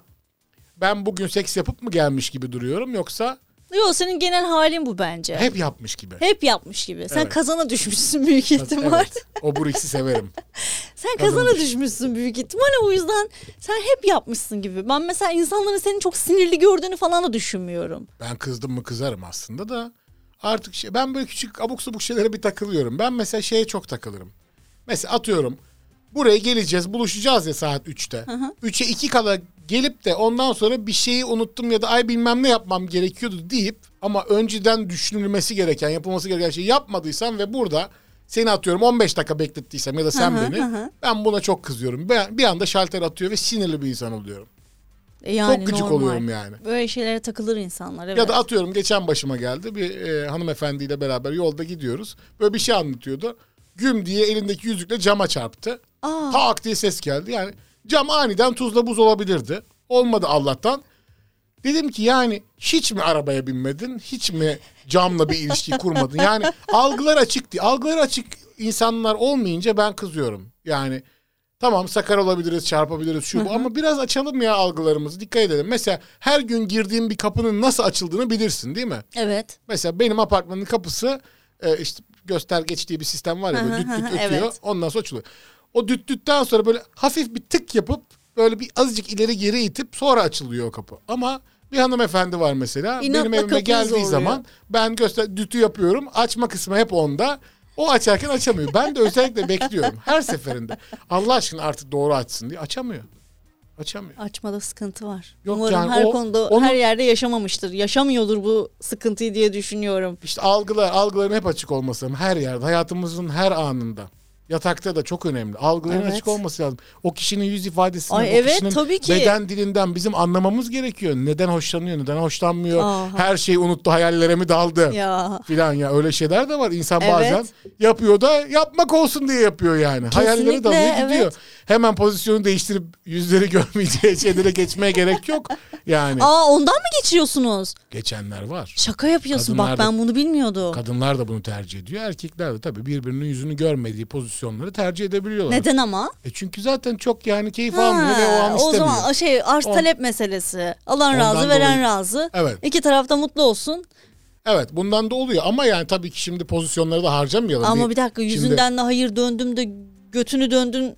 ben bugün seks yapıp mı gelmiş gibi duruyorum yoksa? Yok, senin genel halin bu bence. Hep yapmış gibi. Hep yapmış gibi. Sen evet. kazana düşmüşsün büyük ihtimal. Evet. O buriksi severim. Sen kazana, kazana düşmüşsün büyük ihtimal, o yüzden sen hep yapmışsın gibi. Ben mesela insanların seni çok sinirli gördüğünü falan da düşünmüyorum. Ben kızdım mı kızarım aslında da. Artık şey, ben böyle küçük abuk subuk şeylere bir takılıyorum. Ben mesela şeye çok takılırım. Mesela atıyorum buraya geleceğiz, buluşacağız ya saat üçte. üçe iki kala gelip de ondan sonra bir şeyi unuttum ya da ay bilmem ne yapmam gerekiyordu deyip ama önceden düşünülmesi gereken, yapılması gereken şeyi yapmadıysan ve burada seni atıyorum on beş dakika beklettiysem ya da sen hı hı, beni hı. ben buna çok kızıyorum. Ben bir anda şalter atıyor ve sinirli bir insan oluyorum. Yani çok gıcık normal. Oluyorum yani. Böyle şeylere takılır insanlar. Evet. Ya da atıyorum geçen başıma geldi bir e, hanımefendiyle beraber yolda gidiyoruz. Böyle bir şey anlatıyordu. Güm diye elindeki yüzükle cama çarptı. Aa. Tak diye ses geldi. Yani cam aniden tuzla buz olabilirdi. Olmadı Allah'tan. Dedim ki yani hiç mi arabaya binmedin? Hiç mi camla bir ilişki kurmadın? Yani algılar açık değil. Algılar açık insanlar olmayınca ben kızıyorum. Yani tamam sakar olabiliriz, çarpabiliriz şu bu ama biraz açalım ya algılarımızı. Dikkat edelim. Mesela her gün girdiğim bir kapının nasıl açıldığını bilirsin değil mi? Evet. Mesela benim apartmanın kapısı e, işte göstergeç diye bir sistem var ya böyle düt düt ötüyor. Evet. Ondan sonra açılıyor. O düt dütten sonra böyle hafif bir tık yapıp böyle bir azıcık ileri geri itip sonra açılıyor o kapı. Ama bir hanımefendi var mesela. İnatla benim evime geldiği zorluyor. Zaman ben göster dütü yapıyorum. Açma kısmı hep onda. O açarken açamıyor. Ben de özellikle bekliyorum. Her seferinde. Allah aşkına artık doğru açsın diye açamıyor. Açamıyor. Açmada sıkıntı var. Yok umarım yani her o, konuda onu, her yerde yaşamamıştır. Yaşamıyordur bu sıkıntıyı diye düşünüyorum. İşte algılar, algıların hep açık olması lazım. Her yerde, hayatımızın her anında. Yatakta da çok önemli. Algıların evet. açık olması lazım. O kişinin yüz ifadesinden, Ay, o evet, kişinin tabii ki. beden dilinden bizim anlamamız gerekiyor. Neden hoşlanıyor, neden hoşlanmıyor. Aha. Her şeyi unuttu, hayallere mi daldı ya. Filan ya. Öyle şeyler de var. İnsan evet. bazen yapıyor da yapmak olsun diye yapıyor yani. Kesinlikle, hayalleri dalıyor gidiyor. Evet. Hemen pozisyonu değiştirip yüzleri görmeyeceği şeylere geçmeye gerek yok. Yani. Aa, ondan mı geçiyorsunuz? Geçenler var. Şaka yapıyorsun. Kadınlar bak ben da, bunu bilmiyordum. Kadınlar da bunu tercih ediyor. Erkekler de tabii birbirinin yüzünü görmediği pozisyonları tercih edebiliyorlar. Neden ama? E çünkü zaten çok yani keyif ha, almıyor ve o an istemiyor. O zaman şey arz talep o, meselesi. Alan razı, veren dolayı, razı. Evet. İki tarafta mutlu olsun. Evet, bundan da oluyor ama yani tabii ki şimdi pozisyonları da harcamayalım. Ama bir, bir dakika yüzünden şimdi, de hayır döndüm de götünü döndün.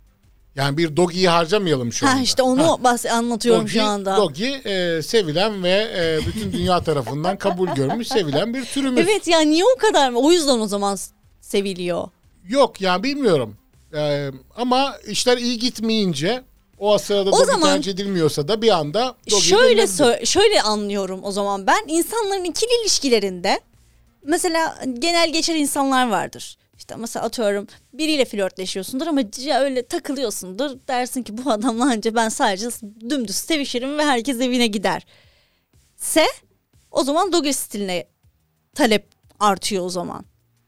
Yani bir dogiyi harcamayalım şu anda. Ha işte onu ha. bahs- anlatıyorum dogi, şu anda. Dogi e, sevilen ve e, bütün dünya tarafından kabul görmüş sevilen bir türümüz. Evet yani niye o kadar mı? O yüzden o zaman seviliyor. Yok yani bilmiyorum. Ee, ama işler iyi gitmeyince o sırada o dogi tercih edilmiyorsa da bir anda şöyle sö- şöyle anlıyorum o zaman ben insanların ikili ilişkilerinde mesela genel geçer insanlar vardır. İşte mesela atıyorum biriyle flörtleşiyorsundur ama öyle takılıyorsundur. Dersin ki bu adamla önce ben sadece dümdüz sevişirim ve herkes evine gider. Se o zaman dogi stiline talep artıyor o zaman.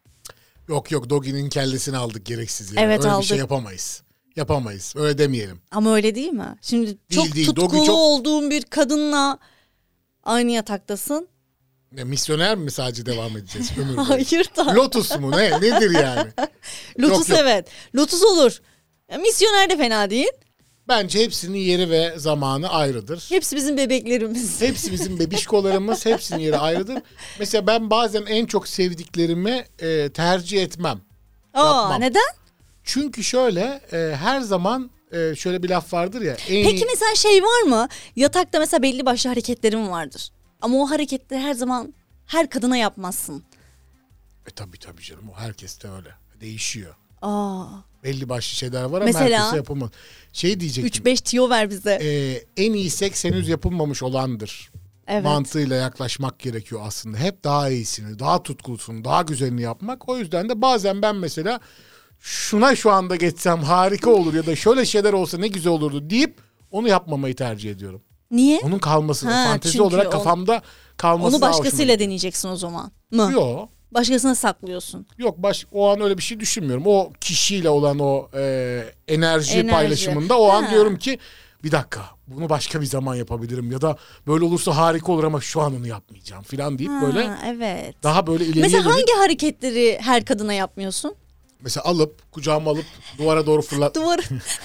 Yok yok Dogi'nin kellesini aldık gereksiz yani. Evet, öyle aldık. Bir şey yapamayız. Yapamayız. Öyle demeyelim. Ama öyle değil mi? Şimdi değil, çok değil. tutkulu çok... olduğun bir kadınla aynı yataktasın. Ne, misyoner mi sadece devam edeceğiz? Ömür Hayır da. Lotus mu ne? Nedir yani? Lotus yok, yok. Evet. Lotus olur. Ya, misyoner de fena değil. Bence hepsinin yeri ve zamanı ayrıdır. Hepsi bizim bebeklerimiz. Hepsi bizim bebişkolarımız, hepsinin yeri ayrıdır. Mesela ben bazen en çok sevdiklerimi e, tercih etmem. Aa, yapmam. neden? Çünkü şöyle e, her zaman e, şöyle bir laf vardır ya. En Peki iyi... mesela şey var mı? Yatakta mesela belli başlı hareketlerim vardır. Ama o hareketleri her zaman her kadına yapmazsın. E tabii tabii canım, o herkes de öyle. Değişiyor. Aa. Belli başlı şeyler var ama Mesela? herkese yapılmaz. Şey diyecektim. üç beş tiyo ver bize. e, en iyi seks henüz yapılmamış olandır. Evet. Mantığıyla yaklaşmak gerekiyor aslında. Hep daha iyisini, daha tutkulusunu, daha güzelini yapmak. O yüzden de bazen ben mesela şuna şu anda geçsem harika olur ya da şöyle şeyler olsa ne güzel olurdu deyip onu yapmamayı tercih ediyorum. Niye? Onun kalması, Ha, fantezi çünkü olarak o- kafamda kalması Onu daha hoşuma başkasıyla gidiyor. deneyeceksin o zaman mı? Yok. Başkasına saklıyorsun. Yok baş, o an öyle bir şey düşünmüyorum. O kişiyle olan o e, enerji, Enerji. paylaşımında o an Ha. diyorum ki bir dakika bunu başka bir zaman yapabilirim ya da böyle olursa harika olur ama şu an onu yapmayacağım falan deyip Ha, böyle evet. daha böyle ileriye Mesela dönüp hangi hareketleri her kadına yapmıyorsun? mesela alıp kucağıma alıp duvara doğru fırlat Duvar,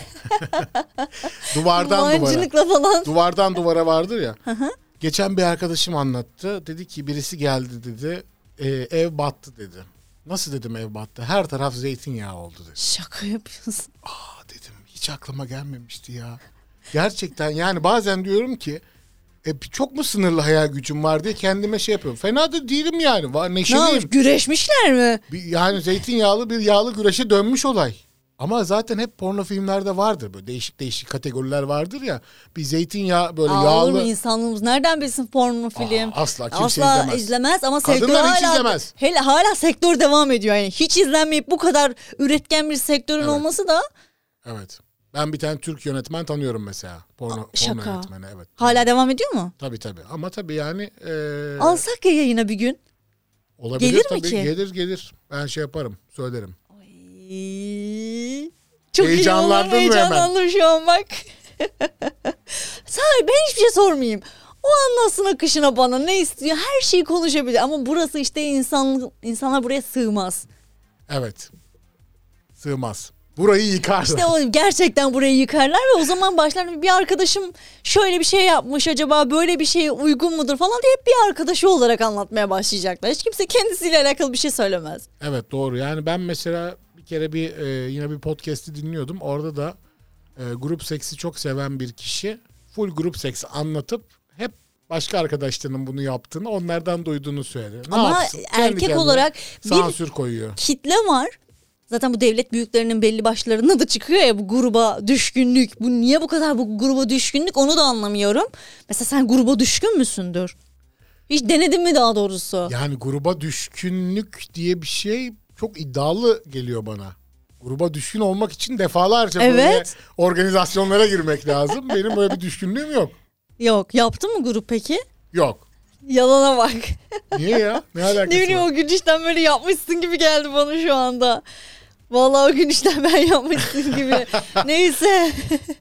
duvardan duvara mancınıkla falan. duvardan duvara vardır ya. Geçen bir arkadaşım anlattı. Dedi ki birisi geldi dedi. E, ev battı dedi. Nasıl dedim ev battı? Her taraf zeytinyağı oldu dedi. Şaka yapıyorsun. Aa dedim hiç aklıma gelmemişti ya. Gerçekten yani bazen diyorum ki e, çok mu sınırlı hayal gücüm var diye kendime şey yapıyorum. Fena da değilim yani. Var, Ne neşeliyim. olmuş? Güreşmişler mi? Bir, yani zeytinyağlı bir yağlı güreşe dönmüş olay. Ama zaten hep porno filmlerde vardır. Böyle değişik değişik kategoriler vardır ya. Bir zeytinyağı böyle Aa, yağlı. olur mu insanlığımız? Nereden bilsin porno film? Aa, asla kimse Asla izlemez. izlemez ama Kadınlar sektör hiç hala, izlemez. hele, hala sektör devam ediyor. Yani hiç izlenmeyip bu kadar üretken bir sektörün Evet. olması da Evet. Ben bir tane Türk yönetmen tanıyorum mesela. Porno, porno şaka. yönetmeni evet. hala devam ediyor mu? Tabii tabii. Ama tabii yani e, Alsak ya yayına bir gün. olabilir gelir mi tabii. ki? Gelir gelir. Ben şey yaparım. Söylerim. Ay, çok Heyecanlandın iyi mı olur. hemen? Heyecanlandım şu an bak. Sahi ben hiçbir şey sormayayım. O anlatsın akışına bana ne istiyor. Her şeyi konuşabilir. Ama burası işte insan, insanlar buraya sığmaz. Evet. Sığmaz. Burayı yıkarlar. İşte o gerçekten burayı yıkarlar ve o zaman başlar bir arkadaşım şöyle bir şey yapmış acaba böyle bir şeye uygun mudur falan diye hep bir arkadaşı olarak anlatmaya başlayacaklar. Hiç kimse kendisiyle alakalı bir şey söylemez. Evet doğru. Yani ben mesela bir kere bir e, yine bir podcast'i dinliyordum. Orada da e, grup seksi çok seven bir kişi full grup seksi anlatıp hep başka arkadaşlarının bunu yaptığını onlardan duyduğunu söyledi. Ne Ama yapsın? Kendi erkek kendine olarak bir sansür koyuyor. kitle var. Zaten bu devlet büyüklerinin belli başlarına da çıkıyor ya bu gruba düşkünlük. Bu niye bu kadar bu gruba düşkünlük onu da anlamıyorum. Mesela sen gruba düşkün müsündür? Hiç denedin mi daha doğrusu? Yani gruba düşkünlük diye bir şey çok iddialı geliyor bana. Gruba düşkün olmak için defalarca böyle Evet. organizasyonlara girmek lazım. Benim böyle bir düşkünlüğüm yok. Yok. Yaptın mı grup peki? Yok. Yalana bak. Niye ya? Ne alakası Ne bileyim var? o gün işten böyle yapmışsın gibi geldi bana şu anda. Vallahi o gün işten ben yapmışsın gibi. Neyse.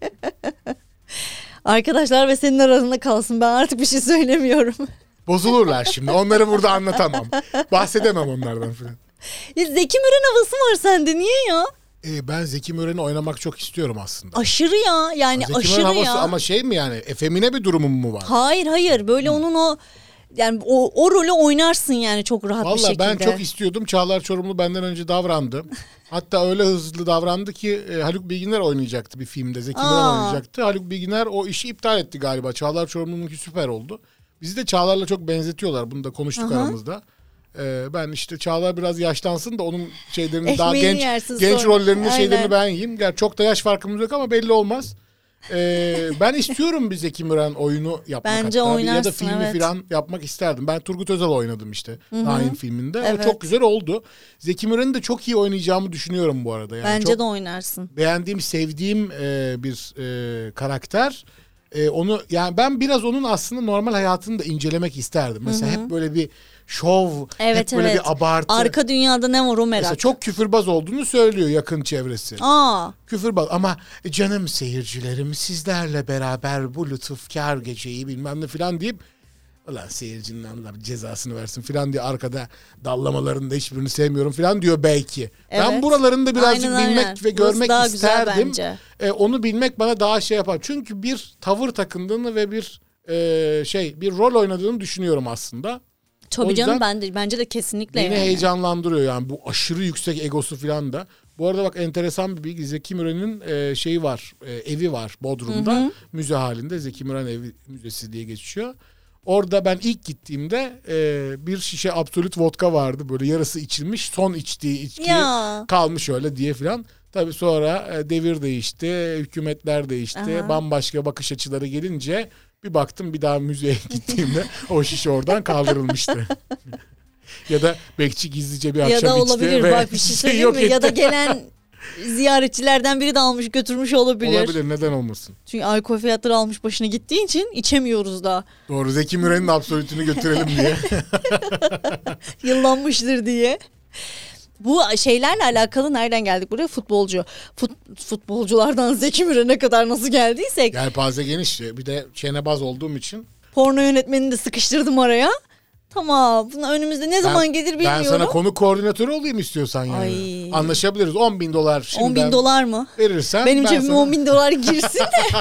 Arkadaşlar ve senin arasında kalsın. Ben artık bir şey söylemiyorum. Bozulurlar şimdi. Onları burada anlatamam. Bahsedemem onlardan falan. Ya Zeki Müren havası var sende. Niye ya? Ee, ben Zeki Müren'i oynamak çok istiyorum aslında. Aşırı ya. Yani Zeki Müren aşırı havası ya. ama şey mi yani? Efemine bir durumum mu var? Hayır hayır. Böyle onun o yani o, o rolü oynarsın yani çok rahat bir Valla şekilde. ben çok istiyordum. Çağlar Çorumlu benden önce davrandı. Hatta öyle hızlı davrandı ki e, Haluk Bilginer oynayacaktı bir filmde. Zeki Müren Aa. oynayacaktı. Haluk Bilginer o işi iptal etti galiba. Çağlar Çorumlu'nunki süper oldu. Bizi de Çağlar'la çok benzetiyorlar. Bunu da konuştuk Aha. aramızda. Ee, ben işte Çağlar biraz yaşlansın da onun şeylerini daha Ekmeğini genç yersin genç sonra. rollerini Aynen. şeylerini ben yiyeyim. Gerçi çok da yaş farkımız yok ama belli olmaz. Ee, ben istiyorum bir Zeki Müren oyunu yapmak Bence hatta. Bir ya da oynarsın, filmi evet. falan yapmak isterdim. Ben Turgut Özal oynadım işte. Naim filminde. Evet. O çok güzel oldu. Zeki Müren'i de çok iyi oynayacağımı düşünüyorum bu arada. Yani Bence çok de oynarsın. beğendiğim, sevdiğim e, bir e, karakter. E, onu yani ben biraz onun aslında normal hayatını da incelemek isterdim. Mesela hep böyle bir şov, Evet hep böyle evet. bir abartı. Arka dünyada ne var o merak. Mesela çok küfürbaz olduğunu söylüyor yakın çevresi. Aa. Küfürbaz ama canım seyircilerim sizlerle beraber bu lütufkar geceyi bilmem ne falan deyip Ulan seyircinin Allah cezasını versin filan diye arkada dallamalarında hiçbirini sevmiyorum filan diyor belki. Evet. Ben buralarında birazcık Aynen, bilmek aynen. ve Burası görmek daha güzel isterdim. bence. E, onu bilmek bana daha şey yapar. Çünkü bir tavır takındığını ve bir e, şey bir rol oynadığını düşünüyorum aslında. Tabii O canım yüzden ben de, bence de kesinlikle Beni yani. heyecanlandırıyor yani bu aşırı yüksek egosu filan da. Bu arada bak enteresan bir bilgi. Zeki Müren'in e, şeyi var, e, evi var Bodrum'da. Hı hı. Müze halinde Zeki Müren Evi Müzesi diye geçiyor. Orada ben ilk gittiğimde e, bir şişe Absolut vodka vardı. Böyle yarısı içilmiş, son içtiği içki Ya. kalmış öyle diye filan. Tabii sonra e, devir değişti, hükümetler değişti. Aha. Bambaşka bakış açıları gelince bir baktım bir daha müzeye gittiğimde o şişe oradan kaldırılmıştı. Ya da bekçi gizlice bir Ya akşam da içti olabilir ve bak bir şey söyleyeyim yok mi? Ya da etti. gelen ziyaretçilerden biri de almış götürmüş olabilir. Olabilir, neden olmasın. Çünkü alkol fiyatları almış başını gittiği için içemiyoruz daha. Doğru, Zeki Müren'in absolutünü götürelim diye. Yıllanmıştır diye. Bu şeylerle alakalı nereden geldik buraya? Futbolcu. Fut, futbolculardan Zeki Müren'e kadar nasıl geldiysek. Yelpaze geniş. Bir de çenebaz olduğum için. Porno yönetmenini de sıkıştırdım araya. Tamam. Bunun önümüzde ne zaman gelir bilmiyorum. Ben sana konu koordinatörü olayım istiyorsan yani. Ay. Anlaşabiliriz. on bin dolar şimdiden on bin dolar mı? verirsen. Benim ben cebime sana... on bin dolar girsin de.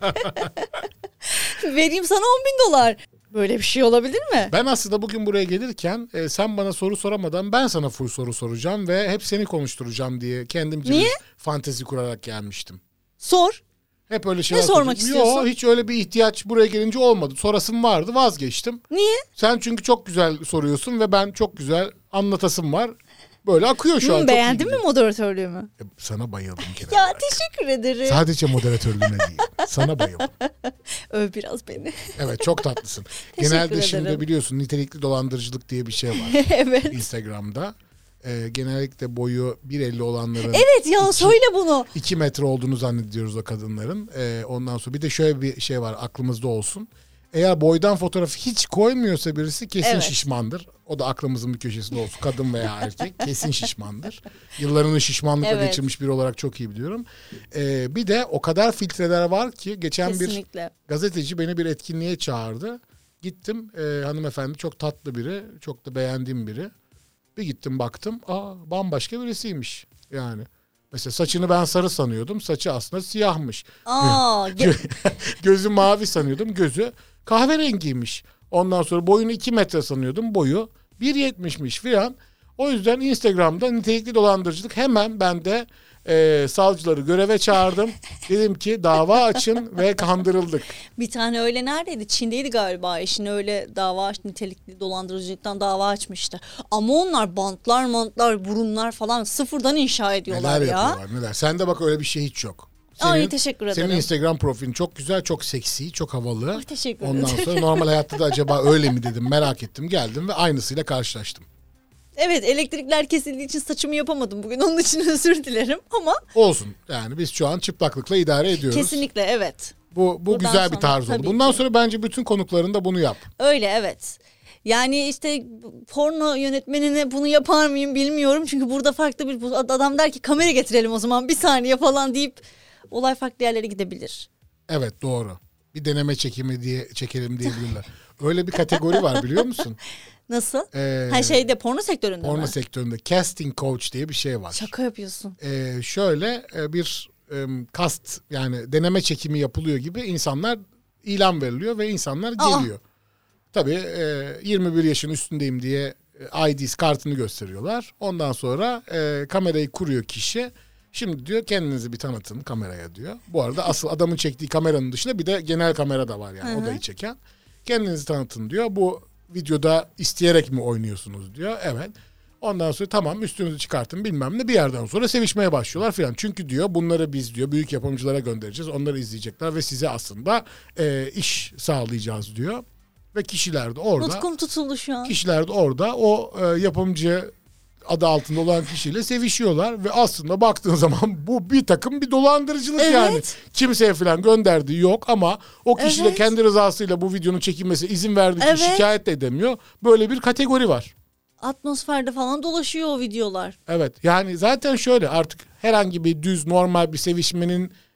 Vereyim sana on bin dolar. Böyle bir şey olabilir mi? Ben aslında bugün buraya gelirken e, sen bana soru soramadan ben sana full soru soracağım ve hep seni konuşturacağım diye kendimce Niye? bir fantezi kurarak gelmiştim. Sor. Hep öyle şeyler sormak soracağım. istiyorsun? Yok, hiç öyle bir ihtiyaç buraya gelince olmadı. Sorasım vardı, vazgeçtim. Niye? Sen çünkü çok güzel soruyorsun ve ben çok güzel anlatasım var. Böyle akıyor şu Hı, an. Çok beğendin iyi mi gidiyor. moderatörlüğümü? E, Sana bayıldım Kenan. Ya teşekkür ederim. Sadece moderatörlüğüne değil. Sana bayıldım. Öv biraz beni. Evet, çok tatlısın. Teşekkür Genelde şimdi ederim. biliyorsun nitelikli dolandırıcılık diye bir şey var Evet. Instagram'da. Ee, genellikle boyu bir elli olanların Evet ya iki- söyle bunu. iki metre olduğunu zannediyoruz o kadınların. Ee, ondan sonra bir de şöyle bir şey var, aklımızda olsun. Eğer boydan fotoğrafı hiç koymuyorsa birisi kesin Evet. şişmandır. O da aklımızın bir köşesinde olsun. Kadın veya erkek kesin şişmandır. Yıllarını şişmanlıkla Evet. geçirmiş biri olarak çok iyi biliyorum. Ee, bir de o kadar filtreler var ki geçen bir Kesinlikle. gazeteci beni bir etkinliğe çağırdı. Gittim, e, hanımefendi çok tatlı biri, çok da beğendiğim biri. Bir gittim baktım, aa bambaşka birisiymiş yani. Mesela saçını ben sarı sanıyordum, saçı aslında siyahmış. Aa, ge- Gözü mavi sanıyordum, gözü kahverengiymiş. Ondan sonra boyunu iki metre sanıyordum, boyu bir yetmişmiş filan. O yüzden Instagram'da nitelikli dolandırıcılık hemen ben de e, savcıları göreve çağırdım. Dedim ki dava açın ve kandırıldık. bir tane öyle neredeydi? Çin'deydi galiba. Eşine öyle dava aç, nitelikli dolandırıcılıktan dava açmıştı. Ama onlar bantlar mantlar, burunlar falan sıfırdan inşa ediyorlar Neler ya. yapıyorlar neler. Sende bak öyle bir şey hiç yok. Senin, Ay teşekkür ederim. Senin Instagram profilin çok güzel, çok seksi, çok havalı. Ay, teşekkür Ondan ederim. sonra normal hayatta da acaba öyle mi dedim, merak ettim. Geldim ve aynısıyla karşılaştım. Evet, elektrikler kesildiği için saçımı yapamadım bugün. Onun için özür dilerim ama Olsun. Yani biz şu an çıplaklıkla idare ediyoruz. kesinlikle evet. Bu bu Buradan güzel bir sonra tarz oldu. tabii Bundan ki. sonra bence bütün konuklarında bunu yap. Öyle evet. Yani işte porno yönetmenine bunu yapar mıyım bilmiyorum. Çünkü burada farklı bir bu adam der ki kamera getirelim o zaman bir saniye falan deyip olay farklı yerlere gidebilir. Evet, doğru. Bir deneme çekimi diye çekelim diyebilirler. Öyle bir kategori var biliyor musun? Nasıl? Ee, Ha şeyde porno sektöründe Porno mi? sektöründe casting coach diye bir şey var. Şaka yapıyorsun. Ee, şöyle e, bir e, cast yani deneme çekimi yapılıyor gibi insanlar ilan veriliyor ve insanlar Aa. geliyor. Tabii e, yirmi bir yaşın üstündeyim diye e, I D kartını gösteriyorlar. Ondan sonra e, kamerayı kuruyor kişi. Şimdi diyor kendinizi bir tanıtın kameraya diyor. Bu arada asıl adamın çektiği kameranın dışında bir de genel kamera da var yani Hı hı. odayı çeken. Kendinizi tanıtın diyor. Bu videoda isteyerek mi oynuyorsunuz diyor. Evet. Ondan sonra tamam üstünüzü çıkartın bilmem ne bir yerden sonra sevişmeye başlıyorlar filan. Çünkü diyor bunları biz diyor büyük yapımcılara göndereceğiz. Onları izleyecekler ve size aslında e, iş sağlayacağız diyor. Ve kişiler de orada. Nutkum tutuldu şu an. Kişiler de orada o e, yapımcı adı altında olan kişiyle sevişiyorlar ve aslında baktığın zaman bu bir takım bir dolandırıcılık Evet. yani. Kimseye falan gönderdiği yok ama o kişi de Evet. kendi rızasıyla bu videonun çekilmesi izin verdiği için Evet. şikayet de edemiyor. Böyle bir kategori var. Atmosferde falan dolaşıyor o videolar. Evet yani zaten şöyle artık herhangi bir düz normal bir sevişmenin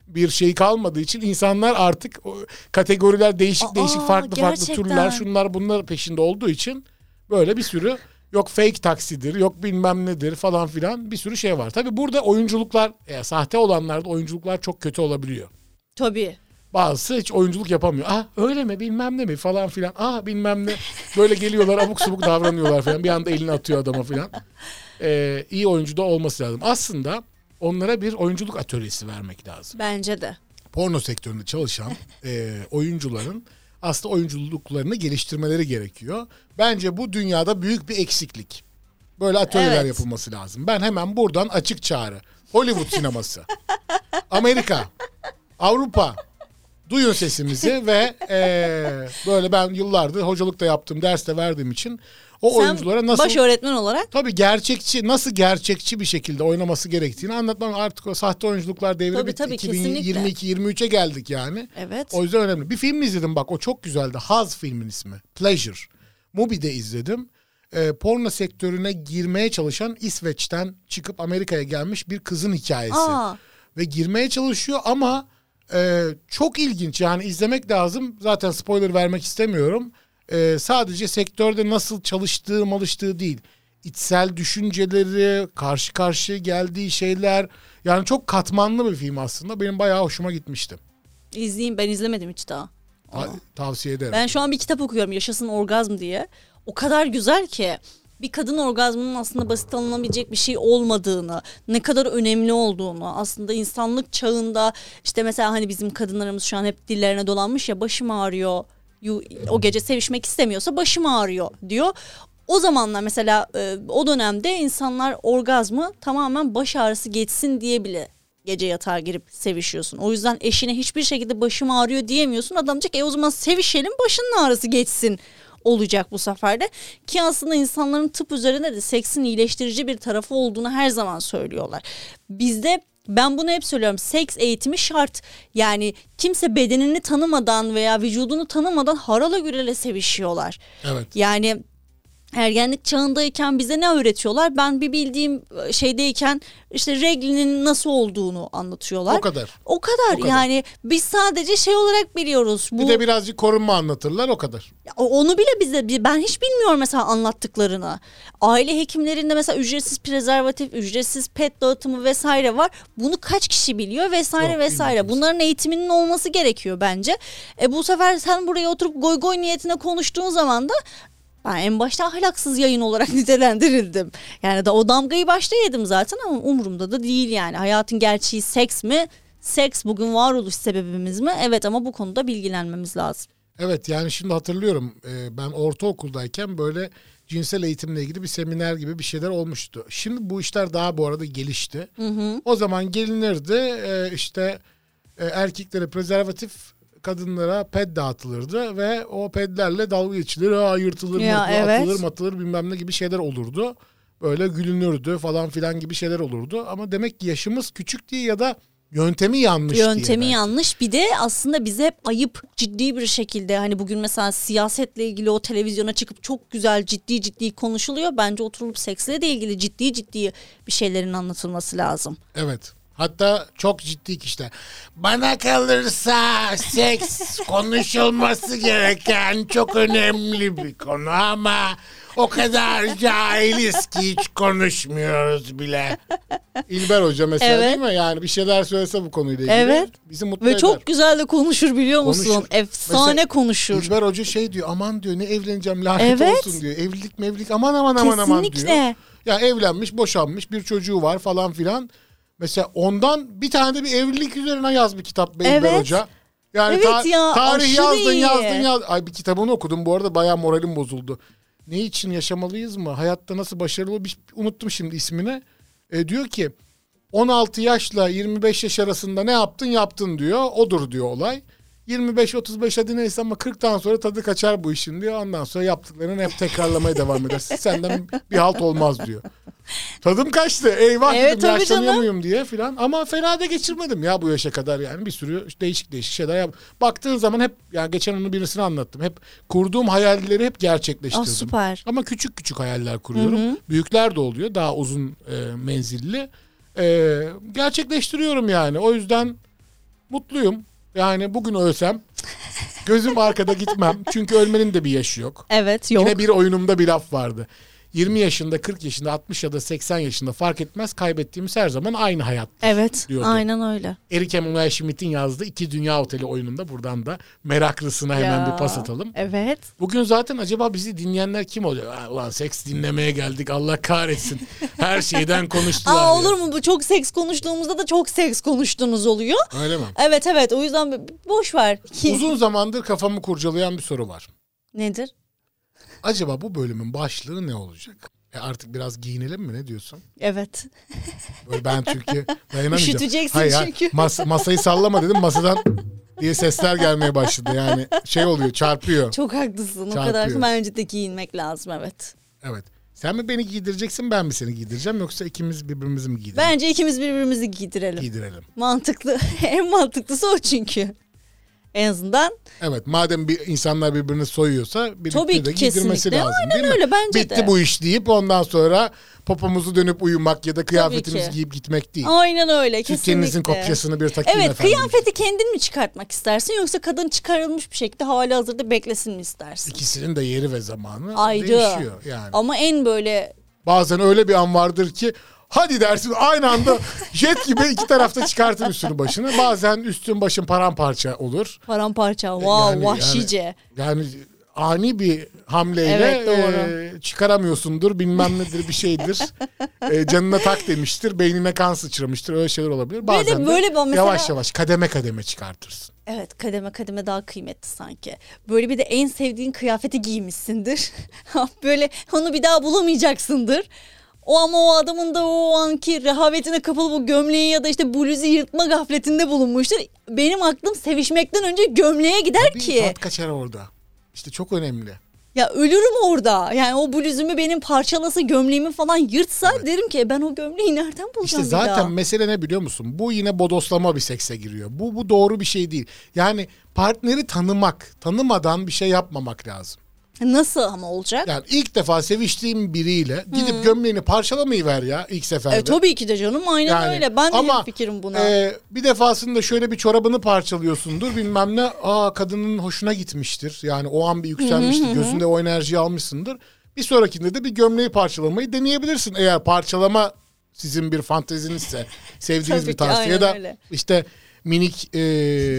bir şey kalmadığı için insanlar artık o kategoriler değişik Aa, değişik farklı farklı gerçekten. türler şunlar bunlar peşinde olduğu için böyle bir sürü yok fake taksidir yok bilmem nedir falan filan bir sürü şey var. Tabii burada oyunculuklar e, sahte olanlarda oyunculuklar çok kötü olabiliyor. Tabii. Bazısı hiç oyunculuk yapamıyor. Ah öyle mi bilmem ne mi falan filan. Ah bilmem ne. Böyle geliyorlar abuk subuk davranıyorlar falan. Bir anda elini atıyor adama filan. Ee, iyi oyuncu da olması lazım. Aslında onlara bir oyunculuk atölyesi vermek lazım. Bence de. Porno sektöründe çalışan e, oyuncuların aslında oyunculuklarını geliştirmeleri gerekiyor. Bence bu dünyada büyük bir eksiklik. Böyle atölyeler Evet. yapılması lazım. Ben hemen buradan açık çağrı. Hollywood sineması. Amerika. Avrupa. Duyun sesimizi ve e, böyle ben yıllardır hocalık da yaptım, ders de verdiğim için o Sen oyunculara nasıl baş öğretmen olarak tabii gerçekçi nasıl gerçekçi bir şekilde oynaması gerektiğini anlatmam. Artık o sahte oyunculuklar devri Tabii, bitti. tabii, iki bin yirmi iki yirmi üçe geldik yani. evet. O yüzden önemli. Bir film izledim bak o çok güzeldi. Haz filmin ismi. Pleasure. Mubi'de izledim. E, porno sektörüne girmeye çalışan İsveç'ten çıkıp Amerika'ya gelmiş bir kızın hikayesi. Aa, Ve girmeye çalışıyor ama e, çok ilginç yani izlemek lazım. Zaten spoiler vermek istemiyorum. E, sadece sektörde nasıl çalıştığı malıştığı değil. İçsel düşünceleri, karşı karşıya geldiği şeyler. Yani çok katmanlı bir film aslında. Benim bayağı hoşuma gitmişti. izleyeyim, ben izlemedim hiç daha. Ta- tavsiye ederim. Ben şu an bir kitap okuyorum, Yaşasın Orgazm diye. O kadar güzel ki bir kadın orgazmının aslında basit alınabilecek bir şey olmadığını, ne kadar önemli olduğunu, aslında insanlık çağında işte mesela hani bizim kadınlarımız şu an hep dillerine dolanmış ya, başım ağrıyor, yu- o gece sevişmek istemiyorsa başım ağrıyor diyor. O zamanlar mesela e, o dönemde insanlar orgazmı tamamen baş ağrısı geçsin diye bile gece yatağa girip sevişiyorsun. O yüzden eşine hiçbir şekilde başım ağrıyor diyemiyorsun. Adam diyecek e o zaman sevişelim, başının ağrısı geçsin olacak bu sefer de. Ki aslında insanların tıp üzerinde de seksin iyileştirici bir tarafı olduğunu her zaman söylüyorlar. Bizde ben bunu hep söylüyorum. Seks eğitimi şart. Yani kimse bedenini tanımadan veya vücudunu tanımadan harala gürele sevişiyorlar. Evet. Yani ergenlik çağındayken bize ne öğretiyorlar? Ben bir bildiğim şeydeyken işte reglinin nasıl olduğunu anlatıyorlar. O kadar. O kadar, O kadar. Yani biz sadece şey olarak biliyoruz. Bu, Bir de birazcık korunma anlatırlar o kadar. onu bile bize ben hiç bilmiyorum mesela anlattıklarını. Aile hekimlerinde mesela ücretsiz prezervatif, ücretsiz pet dağıtımı vesaire var. Bunu kaç kişi biliyor vesaire Yok, vesaire. bilmiyoruz. Bunların eğitiminin olması gerekiyor bence. E bu sefer sen buraya oturup goy goy niyetine konuştuğun zaman da ben en başta ahlaksız yayın olarak nitelendirildim. Yani da o damgayı başta yedim zaten ama umurumda da değil yani. Hayatın gerçeği seks mi? Seks bugün varoluş sebebimiz mi? Evet, ama bu konuda bilgilenmemiz lazım. Evet yani şimdi hatırlıyorum e, ben ortaokuldayken böyle cinsel eğitimle ilgili bir seminer gibi bir şeyler olmuştu. Şimdi bu işler daha bu arada gelişti. Hı hı. O zaman gelinirdi e, işte e, erkeklere prezervatif, kadınlara ped dağıtılırdı ve o pedlerle dalga geçilir, ha, yırtılır, Ya, mırtılır, evet. atılır, matılır bilmem ne gibi şeyler olurdu. Böyle gülünürdü falan filan gibi şeyler olurdu. Ama demek ki yaşımız küçük diye ya da yöntemi yanlış diye. Yöntemi belki. yanlış. Bir de aslında bize hep ayıp, ciddi bir şekilde hani bugün mesela siyasetle ilgili o televizyona çıkıp çok güzel ciddi ciddi konuşuluyor. Bence oturulup seksle de ilgili ciddi ciddi bir şeylerin anlatılması lazım. Evet. Hatta çok ciddi kişiler. Bana kalırsa seks konuşulması gereken çok önemli bir konu ama o kadar cahiliz ki hiç konuşmuyoruz bile. İlber Hoca mesela Evet. değil mi? Yani bir şeyler söylese bu konuyla ilgili Evet. bizi mutlu Ve eder. çok güzel de konuşur biliyor musun? Konuşur. Efsane Mesela konuşur. İlber Hoca şey diyor, aman diyor ne evleneceğim lanet Evet. olsun diyor. Evlilik mevlilik aman aman aman aman diyor. Kesinlikle. Ya evlenmiş, boşanmış, bir çocuğu var falan filan. Mesela ondan bir tane de bir evlilik üzerine yaz bir kitap be İlber Evet. Hoca. Yani Evet ta- ya, tarih aşırı yazdın iyi. yazdın yazdın. Ay bir kitabını okudum bu arada, bayağı moralim bozuldu. Ne için yaşamalıyız mı? Hayatta nasıl başarılı? Bir, unuttum şimdi ismini. E, diyor ki on altı yaşla yirmi beş yaş arasında ne yaptın yaptın diyor. Odur diyor olay. yirmi beş otuz beş hadi neyse ama kırktan sonra tadı kaçar bu işin diyor. Ondan sonra yaptıklarını hep tekrarlamaya devam edersin. Senden bir halt olmaz diyor. Tadım kaçtı. Eyvah Evet, dedim tabii yaşlanıyor canım. muyum diye filan. Ama fena da geçirmedim ya bu yaşa kadar yani. Bir sürü değişik değişik şeyler yap. Baktığın zaman hep yani geçen onu birisine anlattım. Hep kurduğum hayalleri hep gerçekleştirdim. Aa, süper. Ama küçük küçük hayaller kuruyorum. Hı hı. Büyükler de oluyor. Daha uzun e, menzilli. E, gerçekleştiriyorum yani. O yüzden mutluyum. Yani bugün ölsem gözüm arkada gitmem. Çünkü ölmenin de bir yaşı yok. Evet, yok. Yine bir oyunumda bir laf vardı. yirmi yaşında, kırk yaşında, altmış ya da seksen yaşında fark etmez, kaybettiğimiz her zaman aynı hayat. Evet, diyordu. aynen öyle. Eric Emanuel Schmidt'in yazdığı İki Dünya Oteli oyununda, buradan da meraklısına hemen Ya, bir pas atalım. Evet. Bugün zaten acaba bizi dinleyenler kim oluyor? Ha, ulan seks dinlemeye geldik, Allah kahretsin. Her şeyden konuştular. Aa, ya. olur mu? Bu çok seks konuştuğumuzda da çok seks konuştuğunuz oluyor. Öyle mi? Evet evet, o yüzden boş ver. Uzun zamandır kafamı kurcalayan bir soru var. Nedir? Acaba bu bölümün başlığı ne olacak? E artık biraz giyinelim mi, ne diyorsun? Evet. Böyle ben çünkü dayanamayacağım. Üşüteceksin Hayır, çünkü. Mas- masayı sallama dedim, masadan diye sesler gelmeye başladı. Yani şey oluyor, çarpıyor. Çok haklısın. O Çarpıyor. kadar bence de giyinmek lazım, evet. Evet. Sen mi beni giydireceksin, ben mi seni giydireceğim, yoksa ikimiz birbirimizi mi giydirelim? Bence ikimiz birbirimizi giydirelim. Giydirelim. Mantıklı. En mantıklısı o çünkü. En azından. Evet, madem bir insanlar birbirini soyuyorsa birlikte Tabii de ki, giydirmesi kesinlikle. lazım, Aynen değil mi? öyle, bence Bitti de. bu iş deyip ondan sonra popomuzu dönüp uyumak ya da kıyafetimizi ki. giyip gitmek değil. Aynen öyle, kesinlikle. Sütyeninizin kopyasını bir takayım Evet, efendim. kıyafeti kendin mi çıkartmak istersin, yoksa kadın çıkarılmış bir şekilde hali hazırda beklesin mi istersin? İkisinin de yeri ve zamanı Ayrı. değişiyor yani. Ama en böyle Bazen öyle bir an vardır ki hadi dersin, aynı anda jet gibi iki tarafta çıkartır üstünü başını. Bazen üstün başın paramparça olur. paramparça, wow, Yani- vahşice. Yani ani bir hamleyle Evet, doğru. e, çıkaramıyorsundur, bilmem nedir bir şeydir. E, canına tak demiştir, beynine kan sıçramıştır, öyle şeyler olabilir. Bazen de böyle bir- mesela- yavaş yavaş kademe kademe çıkartırsın. Evet, kademe kademe daha kıymetli sanki. Böyle bir de en sevdiğin kıyafeti giymişsindir. Böyle onu bir daha bulamayacaksındır. O ama o adamın da o anki rehavetine kapılıp o gömleği ya da işte bluzu yırtma gafletinde bulunmuştur. Benim aklım sevişmekten önce gömleğe gider Bir ki. tat kaçar orada. İşte çok önemli. Ya ölürüm orada. Yani o bluzumu benim parçalasa, gömleğimi falan yırtsa, derim ki ben o gömleği nereden bulacağım İşte bir zaten daha? mesele ne biliyor musun? Bu yine bodoslama bir sekse giriyor. Bu bu doğru bir şey değil. Yani partneri tanımak, tanımadan bir şey yapmamak lazım. Nasıl ama olacak? Yani ilk defa seviştiğim biriyle gidip gömleğini parçalamayı ver ya ilk seferde. E, tabii ki de canım, aynen Yani öyle. Ben de ama, fikrim buna. e, bir defasında şöyle bir çorabını parçalıyorsundur bilmem ne. Aa, kadının hoşuna gitmiştir. Yani o an bir yükselmiştir. Gözünde o enerjiyi almışsındır. Bir sonrakinde de bir gömleği parçalamayı deneyebilirsin. Eğer parçalama sizin bir fantezinizse, sevdiğiniz Tabii bir ki, tarzsa ya aynen da öyle. işte minik e,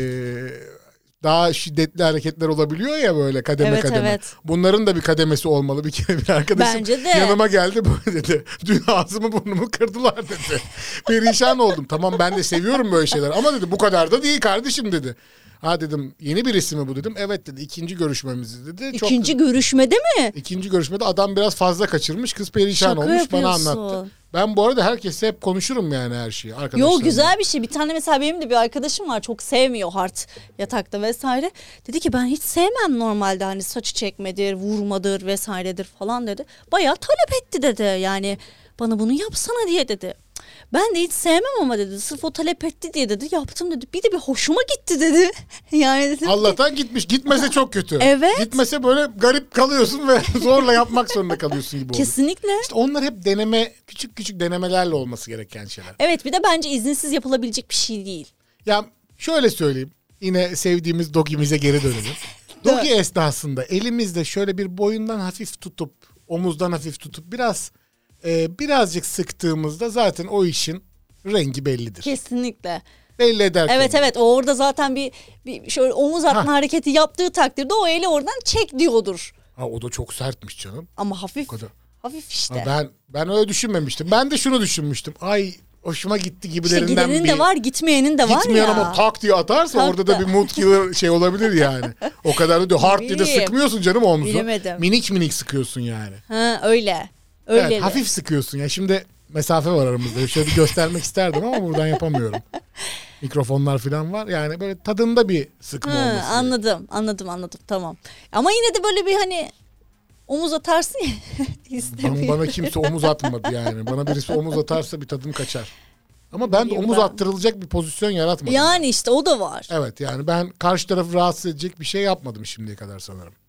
daha şiddetli hareketler olabiliyor ya, böyle kademe Evet, kademe. evet. Bunların da bir kademesi olmalı. Bir kere bir arkadaşım Bence de. yanıma geldi böyle dedi. Dün ağzımı burnumu kırdılar dedi. Perişan oldum. Tamam, ben de seviyorum böyle şeyler ama dedi bu kadar da değil kardeşim dedi. Ha dedim, yeni birisi mi bu dedim. Evet dedi, ikinci görüşmemiz dedi. Çok, İkinci görüşmede mi? ikinci görüşmede adam biraz fazla kaçırmış, kız perişan Şaka olmuş, bana yapıyorsun. anlattı. Ben bu arada herkese hep konuşurum yani her şeyi arkadaşlarımla. Yo, güzel bir şey. Bir tane mesela benim de bir arkadaşım var, çok sevmiyor hard yatakta vesaire. Dedi ki ben hiç sevmem normalde, hani saçı çekmedir, vurmadır vesairedir falan dedi. Bayağı talep etti dedi, yani bana bunu yapsana diye dedi. Ben de hiç sevmem ama dedi, sırf o talep etti diye dedi yaptım dedi. Bir de bir hoşuma gitti dedi. Yani dedim ki, Allah'tan gitmiş. Gitmese çok kötü. Evet. Gitmese böyle garip kalıyorsun ve zorla yapmak zorunda kalıyorsun gibi olur. kesinlikle. İşte onlar hep deneme, küçük küçük denemelerle olması gereken şeyler. Evet, bir de bence izinsiz yapılabilecek bir şey değil. Ya şöyle söyleyeyim. Yine sevdiğimiz dogimize geri dönelim. Dogi esnasında elimizde şöyle bir boyundan hafif tutup, omuzdan hafif tutup biraz e, birazcık sıktığımızda zaten o işin rengi bellidir. Kesinlikle. Belli eder. Evet kendini. evet, o orada zaten bir, bir şöyle omuz atma Ha. hareketi yaptığı takdirde o eli oradan çek diyordur. Ha, o da çok sertmiş canım. Ama hafif, O kadar. hafif işte. Ha, ben ben öyle düşünmemiştim. Ben de şunu düşünmüştüm. Ay hoşuma gitti İşte gibilerinden gidenin bir. de var, gitmeyenin de var Gitmeyen ya. ama tak diye atarsa Tak orada da da. bir mood killer şey olabilir yani. O kadar da diyor. Hard diye de Bileyim. sıkmıyorsun canım omuzu. Bilemedim. Minik minik sıkıyorsun yani. Ha, öyle. Öyle. Evet, hafif sıkıyorsun ya. Şimdi mesafe var aramızda. Şöyle bir göstermek isterdim ama buradan yapamıyorum. Mikrofonlar falan var. Yani böyle tadında bir sıkma Ha, olması. anladım, anladım, anladım. Tamam. Ama yine de böyle bir hani omuz atarsın ya. Bana, istemiyorum. bana kimse omuz atmadı yani. Bana birisi omuz atarsa bir tadım kaçar. Ama ben de Bileyim omuz ben. attırılacak bir pozisyon yaratmadım. Yani işte o da var. Evet, yani ben karşı tarafı rahatsız edecek bir şey yapmadım şimdiye kadar sanırım.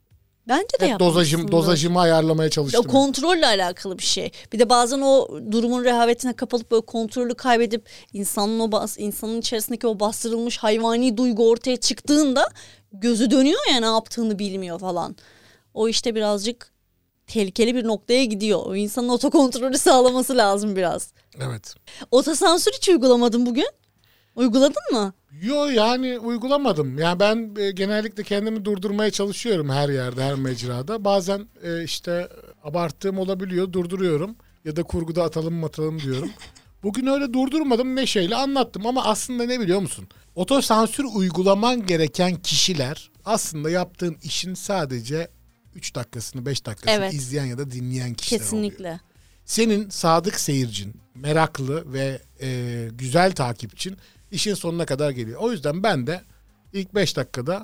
Bence de Hep dozajım, yapmışsındır. dozajımı ayarlamaya O çalıştım. kontrolle alakalı bir şey. Bir de bazen o durumun rehavetine kapılıp böyle kontrolü kaybedip insanın o bas, insanın içerisindeki o bastırılmış hayvani duygu ortaya çıktığında gözü dönüyor ya, ne yaptığını bilmiyor falan. O işte birazcık tehlikeli bir noktaya gidiyor. O insanın otokontrolü sağlaması lazım biraz. Evet. Otosansür hiç uygulamadın bugün. Uyguladın mı? Yo yani uygulamadım. Yani ben e, genellikle kendimi durdurmaya çalışıyorum her yerde, her mecrada. Bazen e, işte abarttığım olabiliyor, durduruyorum. Ya da kurguda atalım mı atalım diyorum. Bugün öyle durdurmadım, neşeyle anlattım. Ama aslında ne biliyor musun? Otosansür uygulaman gereken kişiler aslında yaptığın işin sadece üç dakikasını, beş dakikasını Evet. izleyen ya da dinleyen kişiler oluyor. Kesinlikle. Senin sadık seyircin, meraklı ve e, güzel takipçin işin sonuna kadar geliyor. O yüzden ben de ilk beş dakikada,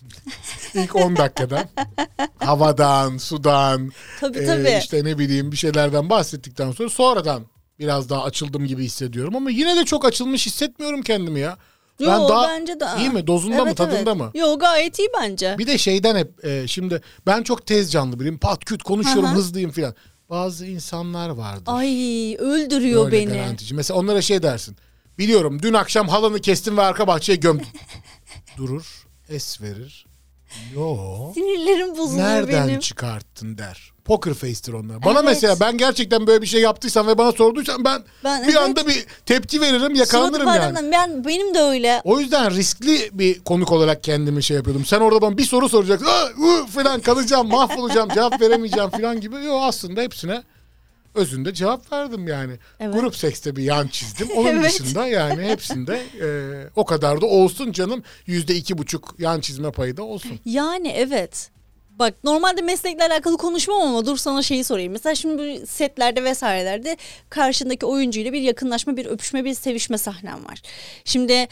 ilk on dakikada havadan, sudan, Tabii e, tabii. işte ne bileyim bir şeylerden bahsettikten sonra sonradan biraz daha açıldım gibi hissediyorum. Ama yine de çok açılmış hissetmiyorum kendimi ya. Yo, Ben daha bence de. iyi mi? Dozunda mı? Evet, Tadında evet. mı? Yo, gayet iyi bence. Bir de şeyden hep e, şimdi ben çok tez canlı biriyim. Pat küt konuşuyorum, Hı hı. hızlıyım filan. Bazı insanlar vardır. Ay, öldürüyor Böyle beni. garantici. Mesela onlara şey dersin. Biliyorum dün akşam halanı kestim ve arka bahçeye gömdüm. Durur, es verir. Yo. Sinirlerim bozuluyor Nereden benim. çıkarttın der. Poker face'tir onlar. Bana Evet. mesela ben gerçekten böyle bir şey yaptıysam ve bana sorduysan ben, Ben, bir evet. anda bir tepki veririm, yakalanırım Surat yani. ifademden ben, benim de öyle. O yüzden riskli bir konuk olarak kendimi şey yapıyordum. Sen orada bana bir soru soracaksın. Aa, uu, falan kalacağım, mahvolacağım, cevap veremeyeceğim falan gibi. Yok, aslında hepsine özünde cevap verdim yani. Evet. Grup sekste bir yan çizdim. Onun Evet. dışında yani hepsinde e, o kadar da olsun canım. Yüzde iki buçuk yan çizme payı da olsun. Yani evet. Bak, normalde meslekle alakalı konuşmam ama dur sana şeyi sorayım. Mesela şimdi bu setlerde vesairelerde karşındaki oyuncuyla bir yakınlaşma, bir öpüşme, bir sevişme sahnen var. Şimdi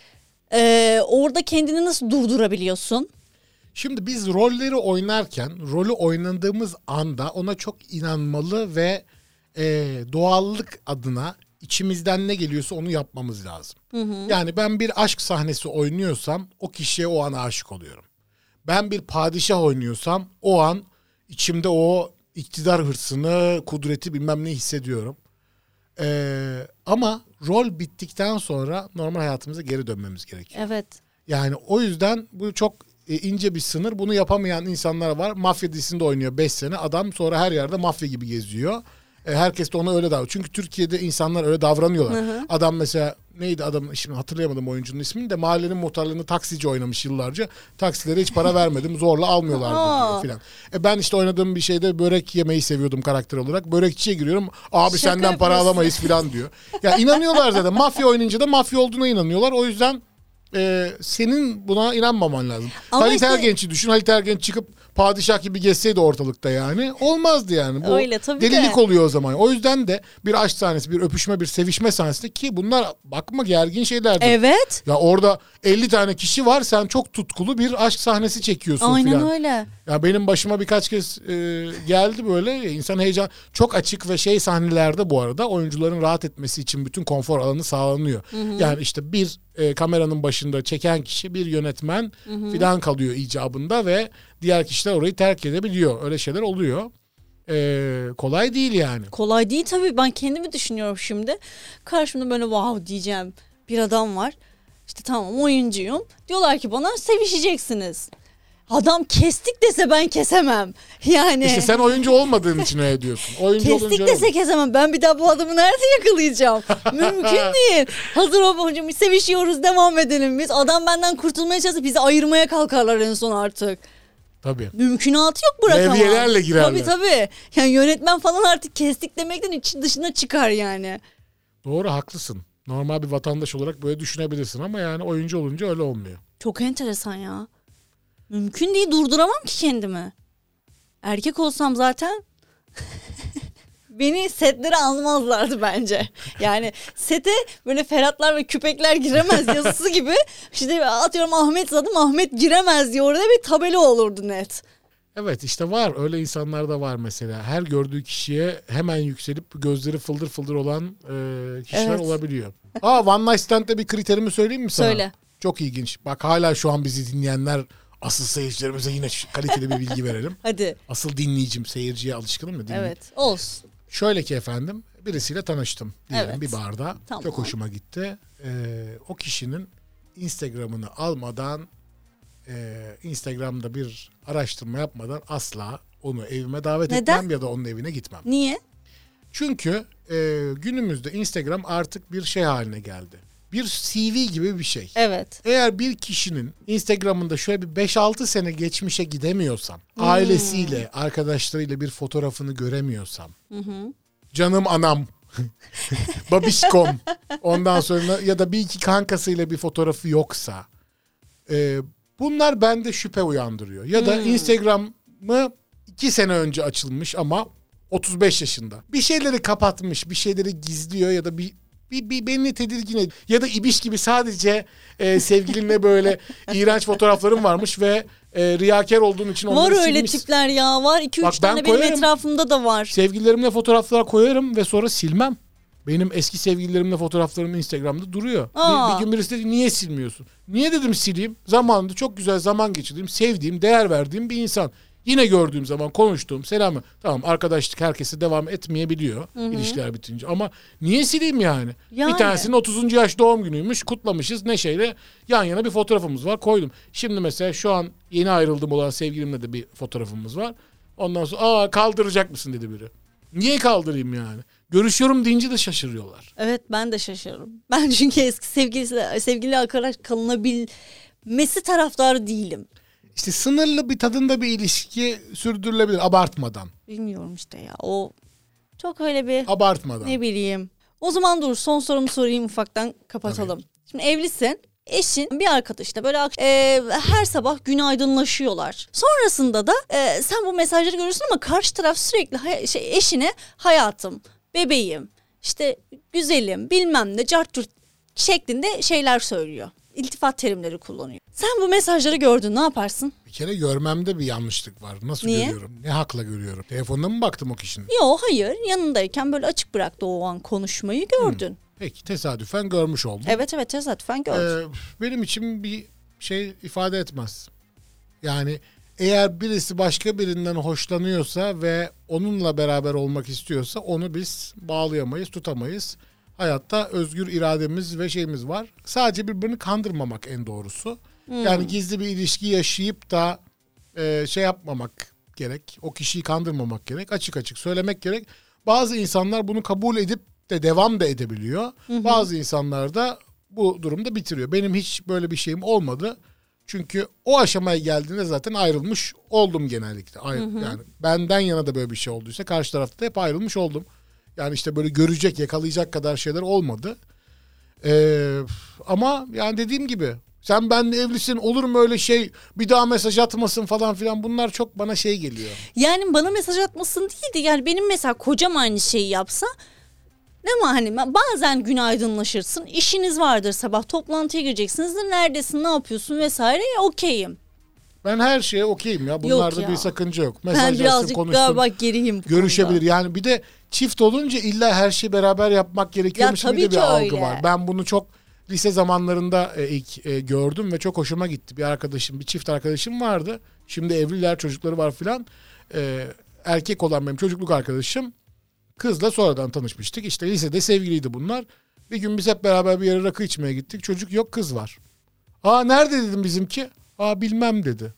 e, orada kendini nasıl durdurabiliyorsun? Şimdi biz rolleri oynarken, rolü oynadığımız anda ona çok inanmalı ve e, doğallık adına içimizden ne geliyorsa onu yapmamız lazım. Hı hı. Yani ben bir aşk sahnesi oynuyorsam o kişiye o an aşık oluyorum. Ben bir padişah oynuyorsam o an içimde o iktidar hırsını, kudreti bilmem ne hissediyorum. Ee, ama rol bittikten sonra normal hayatımıza geri dönmemiz gerekiyor. Evet. Yani o yüzden bu çok e, ince bir sınır. Bunu yapamayan insanlar var. Mafya dizisinde oynuyor beş sene. Adam sonra her yerde mafya gibi geziyor. E, herkes de ona öyle davranıyor. Çünkü Türkiye'de insanlar öyle davranıyorlar. Hı hı. Adam mesela neydi adamın ismini hatırlayamadım, oyuncunun ismini de, mahallenin muhtarlığını taksici oynamış yıllarca. Taksilere hiç para vermedim, zorla almıyorlardı Aa. diyor filan. E, ben işte oynadığım bir şeyde börek yemeyi seviyordum karakter olarak. Börekçiye giriyorum. Abi Şaka senden para yapıyorsun. alamayız filan diyor. Ya inanıyorlar zaten. Mafya oynayınca da mafya olduğuna inanıyorlar. O yüzden e, senin buna inanmaman lazım. Ama Halit işte- Ergenç'i düşün. Halit Ergenç çıkıp padişah gibi gezseydi ortalıkta yani. Olmazdı yani. Bu Öyle, tabii delilik de. oluyor o zaman. O yüzden de bir aşk sahnesi, bir öpüşme, bir sevişme sahnesi, ki bunlar bakma gergin şeylerdir. Evet. Ya orada elli tane kişi var, sen çok tutkulu bir aşk sahnesi çekiyorsun Aynen filan. öyle. Ya benim başıma birkaç kez e, geldi böyle, insan heyecan, çok açık ve şey sahnelerde bu arada oyuncuların rahat etmesi için bütün konfor alanı sağlanıyor. Yani işte bir e, kameranın başında çeken kişi, bir yönetmen filan kalıyor icabında ve diğer kişiler orayı terk edebiliyor. Öyle şeyler oluyor. E, kolay değil yani. Kolay değil tabii. Ben kendimi düşünüyorum şimdi. Karşımda böyle wow diyeceğim bir adam var. İşte tamam, oyuncuyum. Diyorlar ki bana sevişeceksiniz. Adam kestik dese ben kesemem. Yani İşte sen oyuncu olmadığın için öyle diyorsun. Oyuncu kestik olunca dese kesemem. Ben bir daha bu adamı nerede yakalayacağım? Mümkün değil. Hazır o hocam, sevişiyoruz, devam edelim biz. Adam benden kurtulmaya çalışsa bizi ayırmaya kalkarlar en son artık. Tabii. Mümkünatı yok, bırakamam. Levyelerle girerler. Tabii tabii. Yani yönetmen falan artık kestik demekten için dışına çıkar yani. Doğru, haklısın. Normal bir vatandaş olarak böyle düşünebilirsin ama yani oyuncu olunca öyle olmuyor. Çok enteresan ya. Mümkün değil, durduramam ki kendimi. Erkek olsam zaten beni setlere almazlardı bence. Yani sete böyle Ferhatlar ve Küpekler giremez yazısı gibi. İşte atıyorum Ahmet adım Ahmet giremez diye orada bir tabela olurdu net. Evet, işte var öyle insanlar da var mesela. Her gördüğü kişiye hemen yükselip gözleri fıldır fıldır olan e, kişiler Evet. olabiliyor. Aa, One Night Stand'de bir kriterimi söyleyeyim mi sana? Söyle. Çok ilginç. Bak hala şu an bizi dinleyenler Asıl seyircilerimize yine kaliteli bir bilgi verelim. Hadi. Asıl dinleyicim, seyirciye alışkınım ya. Dinleyicim. Evet, olsun. Şöyle ki efendim, birisiyle tanıştım diyelim Evet. bir barda. Tamam. Çok hoşuma gitti. Ee, o kişinin Instagram'ını almadan, e, Instagram'da bir araştırma yapmadan asla onu evime davet Neden? etmem ya da onun evine gitmem. Niye? Çünkü e, günümüzde Instagram artık bir şey haline geldi. Bir C V gibi bir şey. Evet. Eğer bir kişinin Instagram'ında şöyle bir beş altı sene geçmişe gidemiyorsam, hmm. ailesiyle, arkadaşlarıyla bir fotoğrafını göremiyorsam, Hı hı. canım anam, babişkom, ondan sonra ya da bir iki kankasıyla bir fotoğrafı yoksa, e, bunlar bende şüphe uyandırıyor. Ya da hmm. Instagram'ı iki sene önce açılmış ama otuz beş yaşında. Bir şeyleri kapatmış, bir şeyleri gizliyor ya da bir Bir, bir beni tedirgin ediyor. Ya da ibiş gibi sadece e, sevgilinle böyle iğrenç fotoğrafların varmış ve e, riyakar olduğun için onları var silmiş. öyle tipler ya. Var. iki üç tane benim koyarım. etrafımda da var. Sevgililerimle fotoğraflar koyarım ve sonra silmem. Benim eski sevgililerimle fotoğraflarım Instagram'da duruyor. Bir, bir gün birisi dedi niye silmiyorsun? Niye dedim sileyim? Zamanında çok güzel zaman geçirdiğim, sevdiğim, değer verdiğim bir insan. Yine gördüğüm zaman konuştuğum, selamı. Tamam, arkadaşlık herkese devam etmeyebiliyor, hı hı, ilişkiler bitince. Ama niye sileyim yani? yani? Bir tanesinin otuzuncu yaş doğum günüymüş, kutlamışız neşeyle, yan yana bir fotoğrafımız var, koydum. Şimdi mesela şu an yeni ayrıldığım olan sevgilimle de bir fotoğrafımız var. Ondan sonra aa kaldıracak mısın dedi biri. Niye kaldırayım yani? Görüşüyorum deyince de şaşırıyorlar. Evet, ben de şaşırıyorum. Ben çünkü eski sevgilisi, sevgili arkadaş kalınabilmesi taraftarı değilim. İşte sınırlı bir tadında bir ilişki sürdürülebilir abartmadan. Bilmiyorum işte ya, o çok öyle bir abartmadan. Ne bileyim. O zaman dur, son sorumu sorayım, ufaktan kapatalım. Tabii. Şimdi evlisin. Eşin bir arkadaşla böyle e, her sabah günaydınlaşıyorlar. Sonrasında da e, sen bu mesajları görürsün ama karşı taraf sürekli hay- şey, eşine hayatım, bebeğim, işte güzelim, bilmem ne, cart curt şeklinde şeyler söylüyor. İltifat terimleri kullanıyor. Sen bu mesajları gördün, ne yaparsın? Bir kere görmemde bir yanlışlık var. Nasıl Niye? görüyorum? Ne hakla görüyorum? Telefonuna mı baktım o kişinin? Yok, hayır. Yanındayken böyle açık bıraktı o an konuşmayı, gördün. Hmm. Peki, tesadüfen görmüş oldum. Evet evet tesadüfen gördün. Ee, benim için bir şey ifade etmez. Yani eğer birisi başka birinden hoşlanıyorsa ve onunla beraber olmak istiyorsa onu biz bağlayamayız, tutamayız. Hayatta özgür irademiz ve şeyimiz var. Sadece birbirini kandırmamak en doğrusu. Hmm. Yani gizli bir ilişki yaşayıp da e, şey yapmamak gerek. O kişiyi kandırmamak gerek. Açık açık söylemek gerek. Bazı insanlar bunu kabul edip de devam da edebiliyor. Hı hı. Bazı insanlar da bu durumda bitiriyor. Benim hiç böyle bir şeyim olmadı. Çünkü o aşamaya geldiğinde zaten ayrılmış oldum genellikle. Ayr- hı hı. Yani benden yana da böyle bir şey olduysa karşı tarafta da hep ayrılmış oldum. Yani işte böyle görecek, yakalayacak kadar şeyler olmadı. Ee, ama yani dediğim gibi sen benimle evlisin, olur mu öyle şey, bir daha mesaj atmasın falan filan, bunlar çok bana şey geliyor. Yani bana mesaj atmasın değil de yani benim mesela kocam aynı şeyi yapsa, ama hani bazen günaydınlaşırsın, işiniz vardır, sabah toplantıya gireceksinizdir, neredesin, ne yapıyorsun vesaire, okeyim. Ben her şeye okeyim ya. Bunlarda ya. Bir sakınca yok. Mesaj yazsın, konuşsun. Ben birazcık geriyim. Görüşebilir. Konuda. Yani bir de çift olunca illa her şeyi beraber yapmak gerekiyormuş gibi de bir algı öyle. Var. Ben bunu çok lise zamanlarında e, ilk e, gördüm ve çok hoşuma gitti. Bir arkadaşım, bir çift arkadaşım vardı. Şimdi evliler, çocukları var filan. E, erkek olan benim çocukluk arkadaşım. Kızla sonradan tanışmıştık. İşte lisede sevgiliydi bunlar. Bir gün biz hep beraber bir yere rakı içmeye gittik. Çocuk yok, kız var. Aa nerede dedim bizimki? Aa bilmem dedi.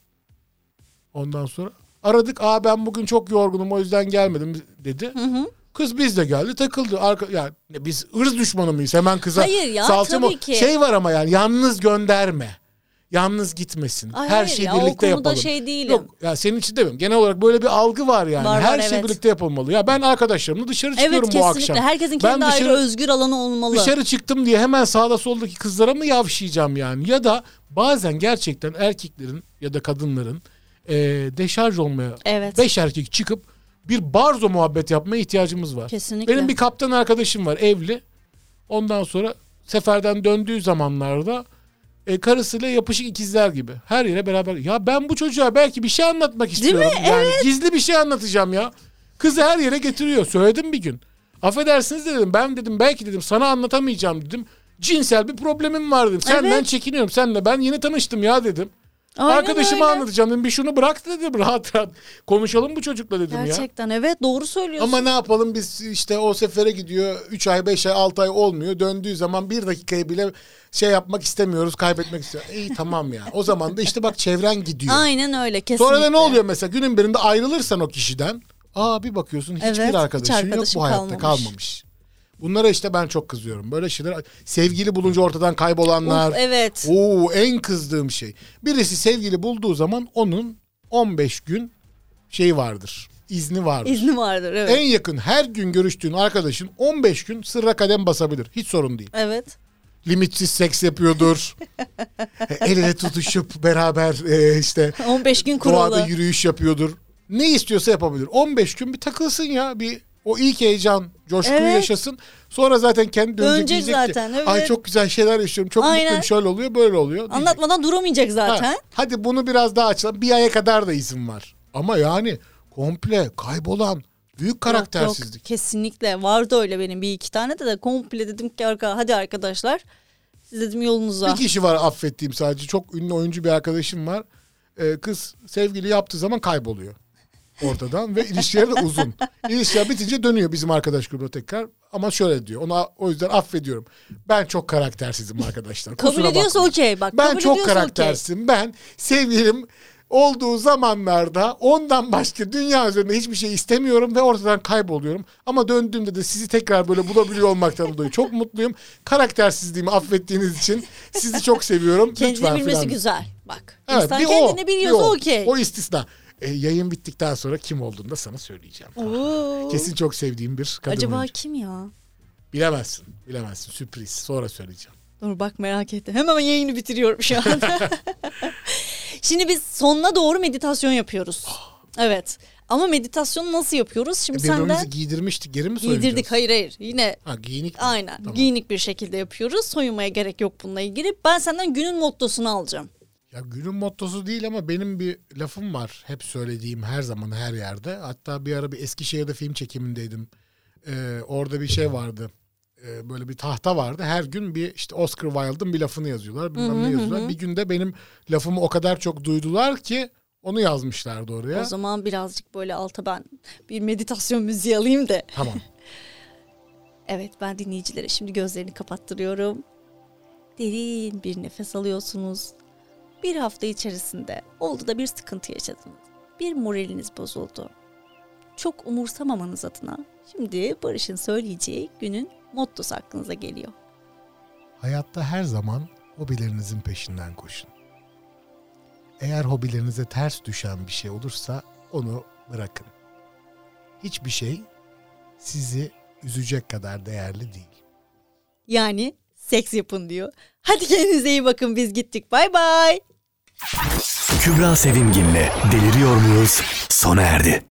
Ondan sonra aradık. Aa ben bugün çok yorgunum o yüzden gelmedim dedi. Hı hı. Kız bizle geldi, takıldı. Arka, yani biz ırz düşmanı mıyız? Hemen kıza hayır ya, tabii o. ki. Şey var ama yani yalnız gönderme. Yalnız gitmesin. Ay her şeyi ya, birlikte o yapalım. şey değilim. Yok ya, senin için demiyorum. Genel olarak böyle bir algı var yani. Var, her var, şey evet. birlikte yapılmalı. Ya ben arkadaşlarımla dışarı çıkıyorum evet, bu akşam. Evet, herkesin kendi ben dışarı, ayrı özgür alanı olmalı. Dışarı çıktım diye hemen sağda soldaki kızlara mı yavşayacağım yani? Ya da bazen gerçekten erkeklerin ya da kadınların e, deşarj olmaya, evet. beş erkek çıkıp bir barzo muhabbet yapmaya ihtiyacımız var. Kesinlikle. Benim bir kaptan arkadaşım var, evli. Ondan sonra seferden döndüğü zamanlarda E, karısıyla yapışık ikizler gibi. Her yere beraber. Ya ben bu çocuğa belki bir şey anlatmak istiyorum. Değil mi? Yani evet. Gizli bir şey anlatacağım ya. Kızı her yere getiriyor. Söyledim bir gün. Affedersiniz dedim. Ben dedim belki dedim sana anlatamayacağım dedim. Cinsel bir problemim var dedim. Senden evet. çekiniyorum. Senle ben yeni tanıştım ya dedim. Aynen Arkadaşıma öyle. anlatacağım dedim. Bir şunu bırak dedim. Rahat rahat konuşalım bu çocukla dedim ya. Gerçekten evet doğru söylüyorsun. Ama ne yapalım biz işte o sefere gidiyor. Üç ay, beş ay, altı ay olmuyor. Döndüğü zaman bir dakikayı bile şey yapmak istemiyoruz. Kaybetmek istiyoruz. İyi tamam ya. O zaman da işte bak çevren gidiyor. Aynen öyle kesinlikle. Sonra da ne oluyor mesela? Günün birinde ayrılırsan o kişiden. Aa bir bakıyorsun hiçbir Evet, hiç arkadaşın yok arkadaşın bu hayatta kalmamış. kalmamış. Bunlara işte ben çok kızıyorum. Böyle şeyler sevgili bulunca ortadan kaybolanlar. Of, evet. Oo en kızdığım şey. Birisi sevgili bulduğu zaman onun on beş gün şeyi vardır. İzni vardır. İzni vardır evet. En yakın her gün görüştüğün arkadaşın on beş gün sırra kadem basabilir. Hiç sorun değil. Evet. Limitsiz seks yapıyordur. El ele tutuşup beraber e, işte on beş gün doğada kuralı. yürüyüş yapıyordur. Ne istiyorsa yapabilir. on beş gün bir takılsın ya. Bir o ilk heyecan, coşkuyu Evet. yaşasın. Sonra zaten kendi dönecek, Dönecek diyecek zaten, ki evet. ay çok güzel şeyler yaşıyorum. Çok Aynen. mutluyum. Şöyle oluyor, böyle oluyor. diyecek. Anlatmadan duramayacak zaten. Ha, hadi bunu biraz daha açalım. Bir aya kadar da izin var. Ama yani komple kaybolan büyük karaktersizlik. Yok, yok, kesinlikle vardı öyle benim bir iki tane de de komple dedim ki arka, hadi arkadaşlar siz dedim yolunuza. Bir kişi var affettiğim sadece. Çok ünlü oyuncu bir arkadaşım var. Ee, kız sevgili yaptığı zaman kayboluyor ortadan ve ilişkileri de uzun. İlişkiler bitince dönüyor bizim arkadaş grubuna tekrar. Ama şöyle diyor. Ona o yüzden affediyorum. Ben çok karaktersizim arkadaşlar. Kabul Kusura ediyorsa bakmayın. okey bak. Ben kabul çok ediyorsa karaktersizim. Ben sevgilim olduğu zamanlarda ondan başka dünya üzerinde hiçbir şey istemiyorum ve ortadan kayboluyorum. Ama döndüğümde de sizi tekrar böyle bulabiliyor olmaktan dolayı çok mutluyum. Karaktersizliğimi affettiğiniz için sizi çok seviyorum. Kendini Lütfen bilmesi falan. güzel bak. Evet, İnsan bir o, kendini bir biliyorsa o. okey. O istisna. E, yayın bittikten sonra kim olduğunu da sana söyleyeceğim. Oo. Kesin çok sevdiğim bir kadın Acaba oyuncu. kim ya? Bilemezsin. Bilemezsin. Sürpriz. Sonra söyleyeceğim. Dur bak merak ettim. Hemen yayını bitiriyorum şu anda. Şimdi biz sonuna doğru meditasyon yapıyoruz. Evet. Ama meditasyonu nasıl yapıyoruz? Şimdi E, birbirimizi senden giydirmiştik. Geri mi söyleyeceğiz? giydirdik. Hayır hayır. Yine Ha, giyinik mi? aynen Tamam. giyinik bir şekilde yapıyoruz. Soyunmaya gerek yok bununla ilgili. Ben senden günün mottosunu alacağım. Ya günün mottosu değil ama benim bir lafım var. Hep söylediğim her zaman her yerde. Hatta bir ara bir Eskişehir'de film çekimindeydim. Ee, orada bir şey vardı. Ee, böyle bir tahta vardı. Her gün bir işte Oscar Wilde'ın bir lafını yazıyorlar. Bilmem ne yazıyorlar. Bir günde benim lafımı o kadar çok duydular ki onu yazmışlardı oraya. O zaman birazcık böyle alta ben bir meditasyon müziği alayım da. Tamam. Evet ben dinleyicilere şimdi gözlerini kapattırıyorum. Derin bir nefes alıyorsunuz. Bir hafta içerisinde oldu da bir sıkıntı yaşadınız. Bir moraliniz bozuldu. Çok umursamamanız adına şimdi Barış'ın söyleyeceği günün mottosu aklınıza geliyor. Hayatta her zaman hobilerinizin peşinden koşun. Eğer hobilerinize ters düşen bir şey olursa onu bırakın. Hiçbir şey sizi üzecek kadar değerli değil. Yani seks yapın diyor. Hadi kendinize iyi bakın biz gittik. Bay bay. Kübra Sevimgin'le Deliriyor Muyuz sona erdi.